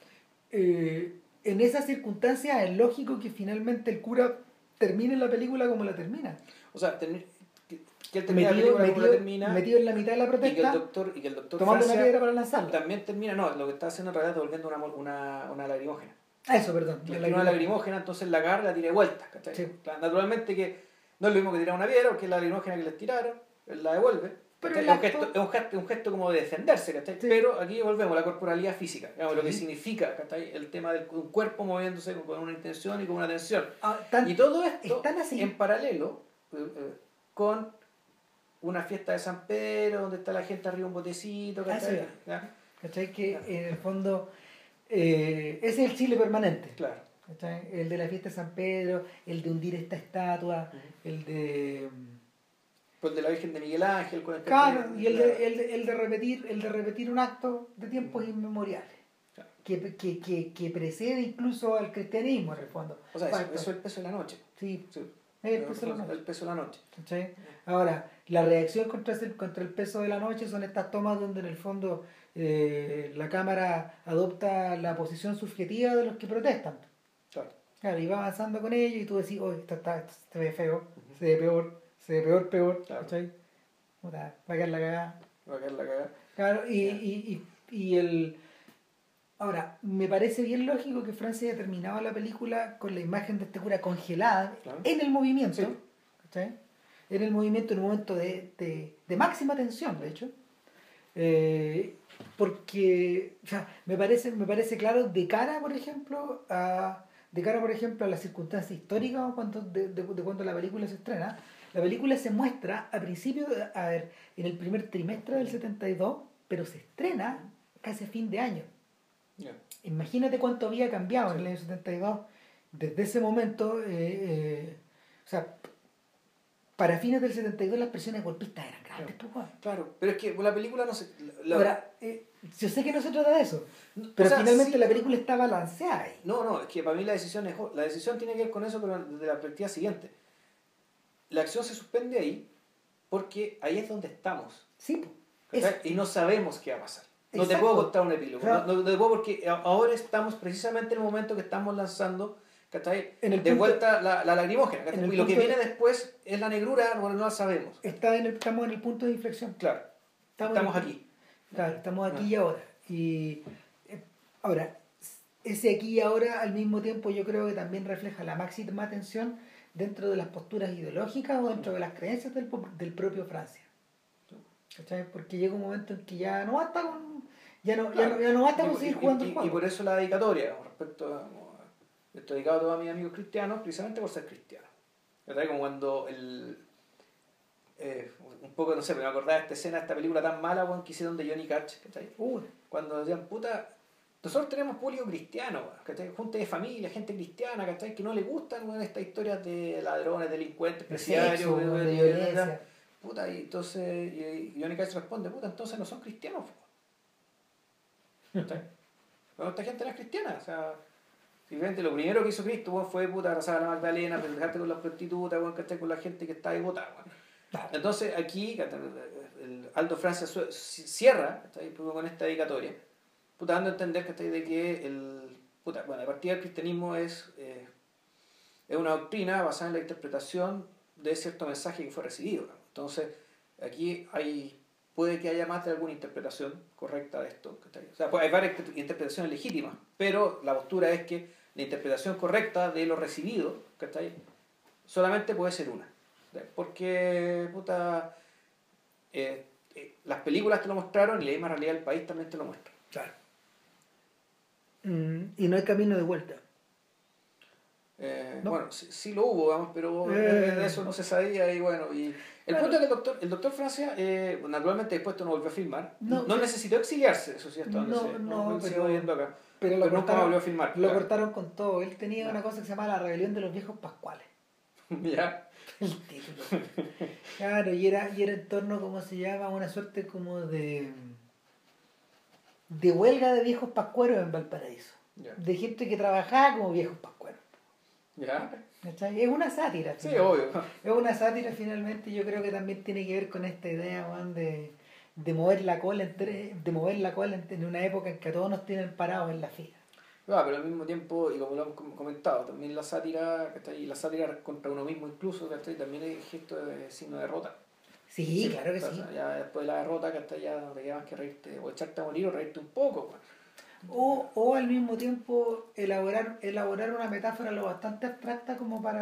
en esas circunstancias es lógico que finalmente el cura termine la película como la termina. O sea, que él termina la película como la termina. Metido en la mitad de la protesta. Y que el doctor tomando Francia una piedra para lanzarla. También termina, no, lo que está haciendo en realidad es devolviendo una lagrimógena. Eso, perdón. Una lagrimógena, entonces la agarra y la tira de vuelta. Sí. Naturalmente que no es lo mismo que tirar una piedra, porque es la lagrimógena que les tiraron, él la devuelve. Pero es un gesto como de defenderse, ¿cachai? Sí. Pero aquí volvemos a la corporalidad física, digamos, lo que significa, ¿cachai? El tema de un cuerpo moviéndose con una intención y con una tensión. Y todo esto en paralelo con una fiesta de San Pedro, donde está la gente arriba un botecito, ¿cachai? ¿Cachai? Que en el fondo ese es el Chile permanente. Claro. ¿Cachai? El de la fiesta de San Pedro, el de hundir esta estatua, el de... Pues de la Virgen de Miguel Ángel con el claro, y el de repetir un acto de tiempos inmemoriales. Claro. Que precede incluso al cristianismo en el fondo. O sea, eso es el peso de la noche. Sí. El peso de la noche. ¿Sí? Ahora, la reacción contra el peso de la noche son estas tomas donde en el fondo la cámara adopta la posición subjetiva de los que protestan. Claro, y va avanzando con ello y tú decís, oh, esto se ve feo, se ve peor, claro. ¿Cachai? Va a quedar la cagada. Claro, Ahora, me parece bien lógico que Francia haya terminado la película con la imagen de este cura congelada, claro, en el movimiento, sí, ¿cachai? En el movimiento, en un momento de máxima tensión, de hecho, porque o sea, me parece claro de cara, por ejemplo, a las circunstancias históricas de cuando la película se estrena. La película se muestra a principio, en el primer trimestre del 72, pero se estrena casi a fin de año. Yeah. Imagínate cuánto había cambiado en el año 72. Desde ese momento, o sea, para fines del 72 las presiones golpistas eran grandes. Claro, pero es que la película no se... Ahora, yo sé que no se trata de eso, pero finalmente sí, la película está balanceada ahí. No, es que para mí la decisión tiene que ver con eso, pero desde la perspectiva siguiente. La acción se suspende ahí porque ahí es donde estamos. Sí. Y no sabemos qué va a pasar. No te puedo contar un epílogo. Claro. No te puedo, porque ahora estamos precisamente en el momento que estamos lanzando, ¿cachai? De vuelta la lagrimógena. Y lo que viene después es la negrura, no la sabemos. Estamos en el punto de inflexión. Claro. Estamos aquí. Claro, estamos aquí y ahora. Y ahora, ese aquí y ahora al mismo tiempo yo creo que también refleja la máxima tensión dentro de las posturas ideológicas o dentro de las creencias del propio Francia. ¿Cachai? Porque llega un momento en que ya no basta con seguir jugando el juego. Y por eso la dedicatoria con respecto a esto dedicado a todos mis amigos cristianos, precisamente por ser cristianos. ¿Verdad? Como cuando un poco, no sé, me acordaba de esta escena, de esta película tan mala que hicieron de Johnny Cash, ¿cachai? Cuando decían, puta, nosotros tenemos público cristiano, ¿cachai? Junta de familia, gente cristiana, ¿cachai? Que no le gustan estas historias de ladrones, delincuentes, presidiarios, de violencia. Puta, y entonces Johnny Cash responde, puta, entonces no son cristianos. ¿Cachai? Bueno, esta gente no es cristiana, o sea, simplemente lo primero que hizo Cristo fue puta, abrazar a la Magdalena, dejarte con las prostitutas, ¿cachai? Con la gente que está ahí votada. Entonces aquí el Aldo Francia cierra, ¿cachai? Con esta dedicatoria, puta, dando a entender, ¿cachai? De que la partida del cristianismo es una doctrina basada en la interpretación de cierto mensaje que fue recibido. Entonces aquí puede que haya más de alguna interpretación correcta de esto, ¿cachai? O sea, hay varias interpretaciones legítimas, pero la postura es que la interpretación correcta de lo recibido, ¿cachai? Solamente puede ser una. Porque, puta, las películas te lo mostraron y la misma realidad del país también te lo muestra. Claro. Y no hay camino de vuelta. No. Bueno, sí lo hubo, vamos, pero de eso no se sabía y bueno, y el Claro. punto es que el doctor Francia, naturalmente después no volvió a filmar, No, no necesitó exiliarse, eso sí, hasta donde sé, no, él siguió viviendo acá, pero pero nunca más volvió a filmar, lo claro. cortaron con todo. Él tenía Ya. una cosa que se llama La Rebelión de los Viejos Pascuales. Ya. El título. Claro, y era en torno, ¿cómo se llama? Una suerte como de huelga de viejos pascueros en Valparaíso. Ya. De gente que trabajaba como viejos pascueros. Ya. ¿Cachai? Es una sátira. Sí, finalmente. obvio. Es una sátira finalmente. Yo creo que también tiene que ver con esta idea, Juan, de mover la cola en una época en que a todos nos tienen parados en la fila. Pero al mismo tiempo, y como lo hemos comentado, también la sátira, ¿cachai? Y la sátira contra uno mismo incluso, ¿cachai? También es gesto de signo de derrota. Sí, claro que o sea, sí. Ya después de la derrota, ¿cachai? Ya no te queda más que reírte, o echarte a morir o reírte un poco. O al mismo tiempo elaborar una metáfora lo bastante abstracta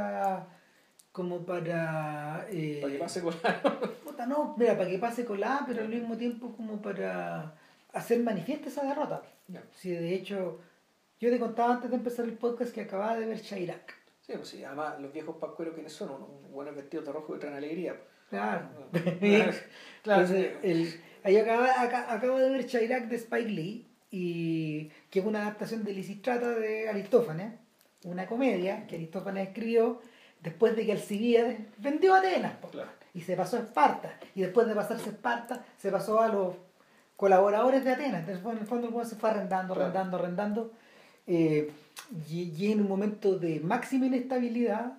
Para que pase con puta, no, mira, para que pase colada, pero al mismo tiempo como para hacer manifiesta esa derrota. Ya. Sí, de hecho, yo te contaba antes de empezar el podcast que acababa de ver Chirac. Sí, pues sí, además los viejos pascueros, ¿quiénes son? Unos buenos vestidos de rojo que traen alegría. Claro. Claro, Entonces, sí. ahí acabo de ver Chirac de Spike Lee, y que es una adaptación de Lisistrata de Aristófanes, una comedia que Aristófanes escribió después de que Alcibíades vendió Atenas, po, Claro. y se pasó a Esparta, y después de pasarse a Esparta se pasó a los colaboradores de Atenas. Entonces, en el fondo el weón se fue arrendando, Claro. arrendando, eh, y en un momento de máxima inestabilidad,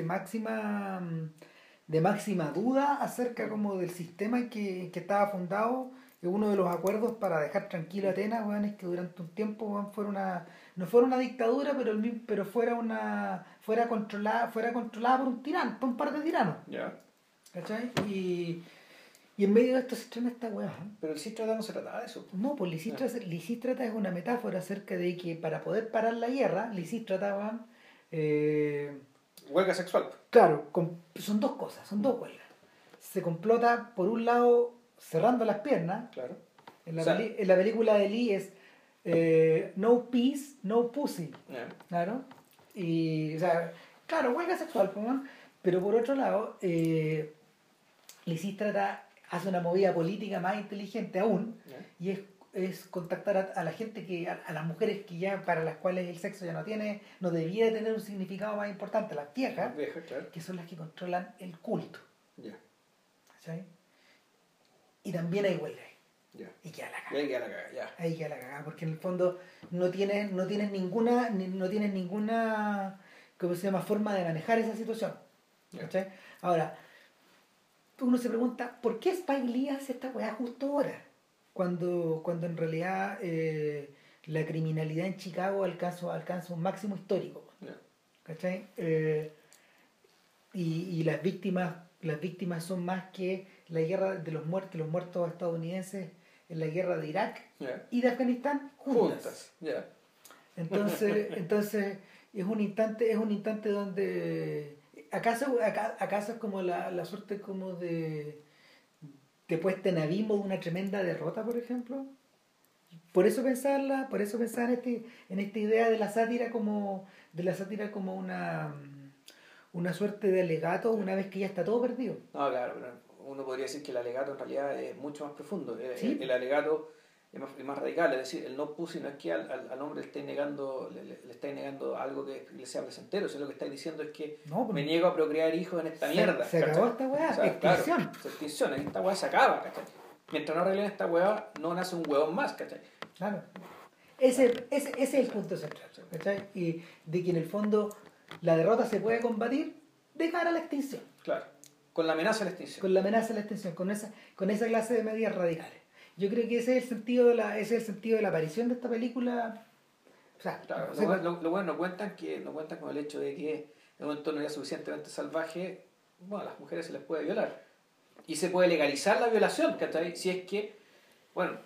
de máxima duda acerca como del sistema en que estaba fundado. Uno de los acuerdos para dejar tranquilo a Atenas, weón, es que durante un tiempo, weón, no fuera una dictadura, pero fuera controlada por un tirano, por un par de tiranos. Ya. ¿Cachai? Y en medio de esto se estrena esta weá. Pero el Sístrata no se trataba de eso. No, pues Lisístrata es una metáfora acerca de que para poder parar la guerra, Lisístrata, weón, Huelga sexual. claro, son dos cosas, son dos huelgas. Se complota, por un lado, cerrando las piernas. Claro. En la, O sea, en la película de Lee es no peace, no pussy. ya. Claro. Y, o sea, claro, huelga sexual, pues, ¿no? Pero por otro lado, Lisístrata hace una movida política más inteligente aún, Ya. y es contactar a la gente a las mujeres que ya para las cuales el sexo ya no debía tener un significado más importante, las viejas, Más vieja, claro. que son las que controlan el culto. Ya. ¿Cachai? Y también hay huelga ahí. Ya. Y queda la Y cagada. ahí queda la caga, ya. Ahí queda la cagada, porque en el fondo no tienen ninguna ¿cómo se llama? Forma de manejar esa situación. Ya. ¿Cachai? Ahora, uno se pregunta, ¿por qué Spike Lee hace esta weá justo ahora? Cuando en realidad la criminalidad en Chicago alcanza un máximo histórico. Ya. ¿Cachai? Y las víctimas son más que la guerra de los muertos estadounidenses en la guerra de Irak Ya. y de Afganistán juntas. Ya. Entonces es un instante donde acaso es como la suerte como de puesta en abismo de una tremenda derrota, por ejemplo. Por eso pensar en esta idea de la sátira como una suerte de alegato una vez que ya está todo perdido. No, claro, pero uno podría decir que el alegato en realidad es mucho más profundo. Sí. El alegato es más radical, es decir, el no pussy no es que al hombre le estáis negando algo que le sea placentero, sino lo que estáis diciendo es que No, me niego a procrear hijos en esta mierda. Se acabó esta weá, O sea, extinción. Claro, se extinción, aquí esta weá se acaba, ¿cachai? Mientras no arreglen esta weá, no nace un huevón más, ¿cachai? Claro. Ese es el punto central, ¿cachai? Y de que en el fondo la derrota se puede combatir de cara a la extinción. Claro, con la amenaza de la extinción. Con la amenaza de la extinción, con esa clase de medidas radicales. Yo creo que ese es el sentido de la aparición de esta película. O sea, Claro, o sea, lo bueno no cuentan con el hecho de que en un entorno ya suficientemente salvaje, bueno, a las mujeres se les puede violar. Y se puede legalizar la violación, ¿cachai? Si es que, bueno,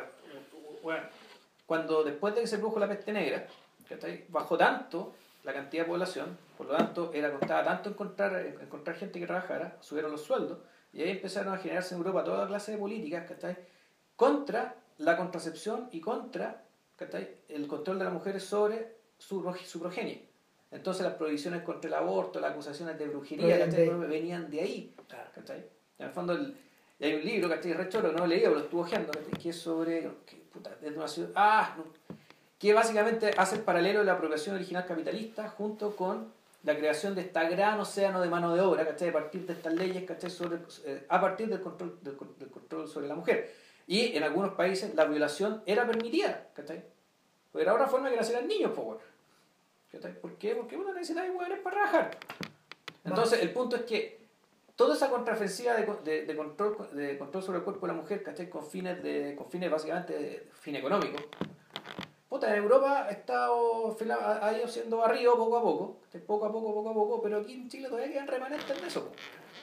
cuando después de que se produjo la peste negra, ¿cachai? Bajó tanto la cantidad de población, por lo tanto costaba tanto encontrar gente que trabajara, subieron los sueldos, y ahí empezaron a generarse en Europa toda clase de políticas, ¿cachai? Contra la contracepción y contra, ¿cachai? El control de las mujeres sobre su progenie. Entonces las prohibiciones contra el aborto, las acusaciones de brujería, ¿cachai? Venían de ahí, ¿cachai? En el fondo hay un libro, ¿cachai? Re choro, no lo leí, pero lo estuve ojeando, ¿cachai? Que es sobre... es una ciudad, que básicamente hace el paralelo de la apropiación original capitalista junto con la creación de esta gran océano de mano de obra, ¿cachai? A partir de estas leyes, ¿cachai? A partir del control sobre la mujer. Y en algunos países la violación era permitida, ¿cachai? Porque era otra forma de que nacieran niños, pues, ¿cachai? ¿Por qué? Porque uno necesita hueones para trabajar. Entonces, el punto es que toda esa contraofensiva de control sobre el cuerpo de la mujer, ¿cachai? Con fines básicamente de fin económico. En Europa ha ido siendo barrido poco a poco, pero aquí en Chile todavía quedan remanentes de eso.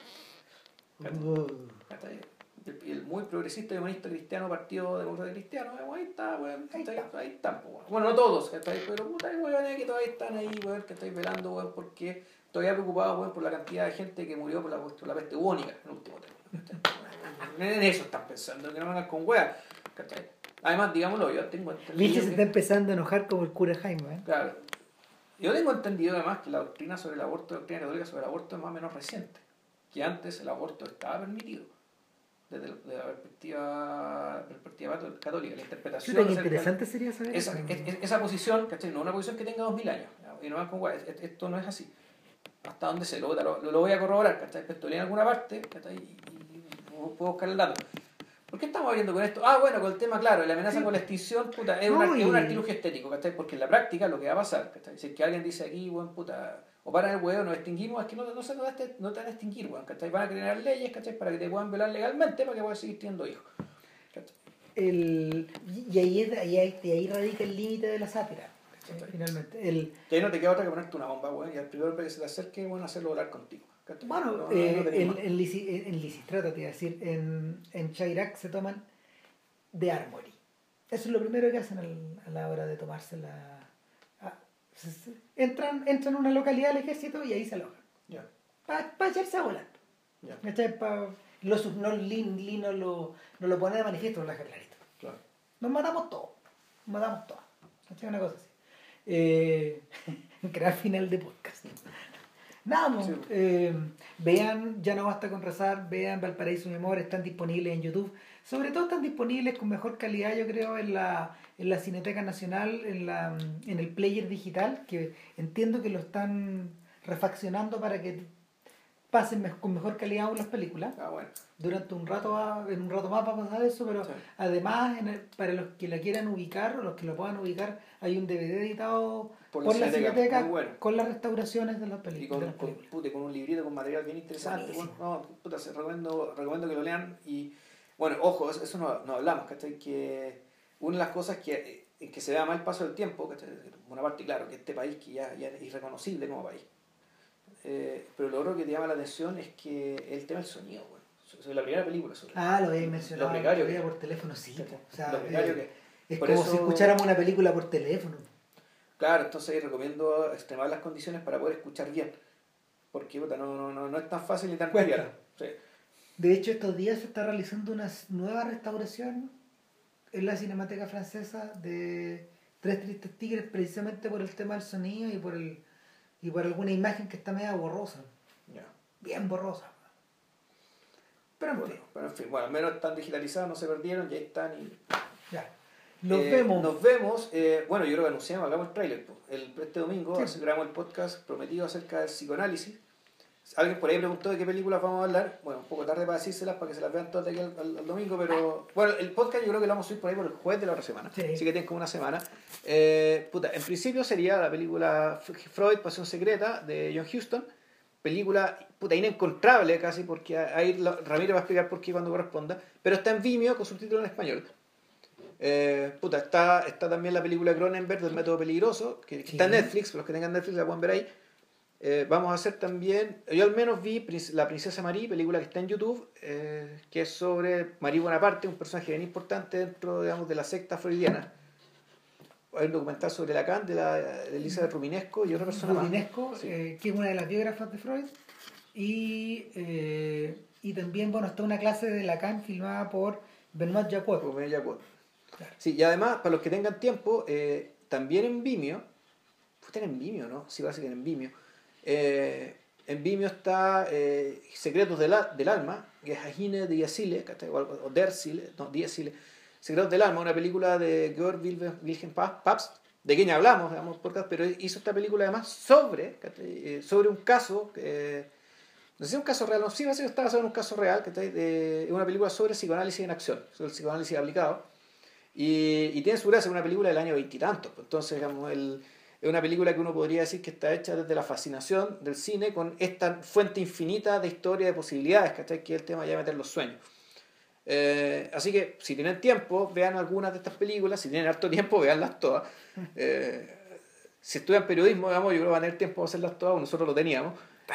¿Cachai? El muy progresista y humanista cristiano, Partido Demócrata Cristiano, ahí está. Bueno, no todos, ¿cachai? Pero hay hueones que todavía están ahí, que estáis velando, porque todavía preocupados por la cantidad de gente que murió por la peste bubónica en último término. En eso están pensando, que no vengan con hueas, ¿cachai? Además, digámoslo, yo tengo entendido... Nietzsche se está empezando a enojar como el cura Jaime, ¿eh? Claro. Yo tengo entendido además que la doctrina sobre el aborto, la doctrina católica sobre el aborto es más o menos reciente. Que antes el aborto estaba permitido. Desde la perspectiva católica, la interpretación... Tan interesante sería saber esa posición, ¿cachai? No una posición que tenga 2000 años. Y no van con esto no es así. Hasta donde sé, lo voy a corroborar, ¿cachai? Esto en alguna parte, ¿cachai? Y puedo buscar el dato. ¿Por qué estamos viendo con esto? Bueno, con el tema, claro, la amenaza con la extinción, es un artilugio estético, ¿cachai? Porque en la práctica lo que va a pasar, ¿cachai? Si es que alguien dice aquí, o para el huevo, nos extinguimos, es que no te van a extinguir, ¿cachai? Van a crear leyes, ¿cachai? Para que te puedan violar legalmente, para que puedas seguir teniendo hijos. Y ahí radica el límite de la sátira, ¿cachai? Finalmente. Que ahí no te queda otra que ponerte una bomba, y al primero que se te acerque, hacerlo volar contigo. Bueno, en Lisistrata, te iba a decir, en Chirac se toman de Armory. Eso es lo primero que hacen a la hora de tomarse entran en una localidad del ejército y ahí se alojan. Yeah. Para echarse a volar. Yeah. No lo pone de manifiesto, lo deja clarito. Claro. Nos matamos todos. ¿Cachai? Una cosa así. Gran final de podcast. Nada, sí. Vean Ya no basta con rezar, vean Valparaíso mi amor, están disponibles en YouTube, sobre todo están disponibles con mejor calidad, yo creo, en la Cineteca Nacional, en el player digital, que entiendo que lo están refaccionando para que pasen con mejor calidad aún las películas. Bueno. Durante un rato más va a pasar eso, pero sí. Además para los que la quieran ubicar o los que lo puedan ubicar, hay un DVD editado por la Cineteca bueno. Con las restauraciones de las películas. Y con un librito con material bien interesante. Recomiendo que lo lean. Y bueno, ojo, eso no hablamos, ¿cachai? Que una de las cosas que se vea mal el paso del tiempo, ¿cachai? Una parte, claro, que este país que ya es irreconocible como país. Pero lo otro que te llama la atención es que el tema del sonido, bueno. Es la primera película sobre lo había mencionado. Lo precario que por teléfono, sí. O sea, lo precario que es como si escucháramos una película por teléfono. Claro, entonces recomiendo extremar las condiciones para poder escuchar bien. Porque no es tan fácil ni tan clara. Sí. De hecho, estos días se está realizando una nueva restauración en la Cinemateca Francesa de Tres Tristes Tigres, precisamente por el tema del sonido y por alguna imagen que está media borrosa. Yeah. Bien borrosa. Pero en fin, al menos están digitalizados, no se perdieron, ya están y... Ya. Nos vemos. Bueno, yo creo que anunciamos, hagamos el trailer. Este domingo grabamos el podcast prometido acerca del psicoanálisis. Alguien por ahí preguntó de qué películas vamos a hablar. Bueno, un poco tarde para decírselas, para que se las vean todas de aquí al domingo, pero... Bueno, el podcast yo creo que lo vamos a subir por ahí por el jueves de la otra semana. Sí. Así que tienen como una semana. En principio sería la película Freud, Pasión Secreta, de John Huston. Película inencontrable casi, porque ahí Ramírez va a explicar por qué cuando corresponda. Pero está en Vimeo con subtítulos en español. Está también la película Cronenberg del método peligroso, que está en Netflix, los que tengan Netflix la pueden ver ahí. Vamos a hacer también, yo al menos vi La Princesa Marie, película que está en YouTube, que es sobre Marie Bonaparte, un personaje bien importante dentro, digamos, de la secta freudiana. Hay un documental sobre Lacan de Elizabeth Ruminesco y otra persona Ruminesco, más. Que es una de las biógrafas de Freud, y también está una clase de Lacan filmada por Benoît Jacquot. Claro. Sí, y además, para los que tengan tiempo, también en Vimeo, Está en Vimeo, ¿no? Sí, parece que en Vimeo. En Vimeo está Secretos del Alma, que es Agine de Yasile, o Der Sile, no, Die Sile. Secretos del Alma, una película de Georg Wilhelm Pabst, de quien hablamos, digamos, podcast, pero hizo esta película además sobre un caso, no sé si es un caso real, no, sí, parece que está basado en un caso real, es una película sobre psicoanálisis en acción, sobre el psicoanálisis aplicado, y tiene su gracia, una película del año veintitantos, entonces, digamos, es una película que uno podría decir que está hecha desde la fascinación del cine con esta fuente infinita de historia, de posibilidades, ¿cachai? Que es el tema ya de meter los sueños. Así que si tienen tiempo, vean algunas de estas películas. Si tienen harto tiempo, veanlas todas. Si estudian periodismo, digamos, yo creo que van a tener tiempo de hacerlas todas, nosotros lo teníamos.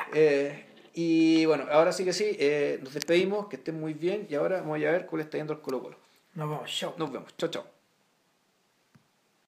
Y bueno, ahora sí que sí, nos despedimos, que estén muy bien y ahora vamos a ver cuál está yendo el Colo-Colo. Nos vemos, chao. Nos vemos, chao, chao.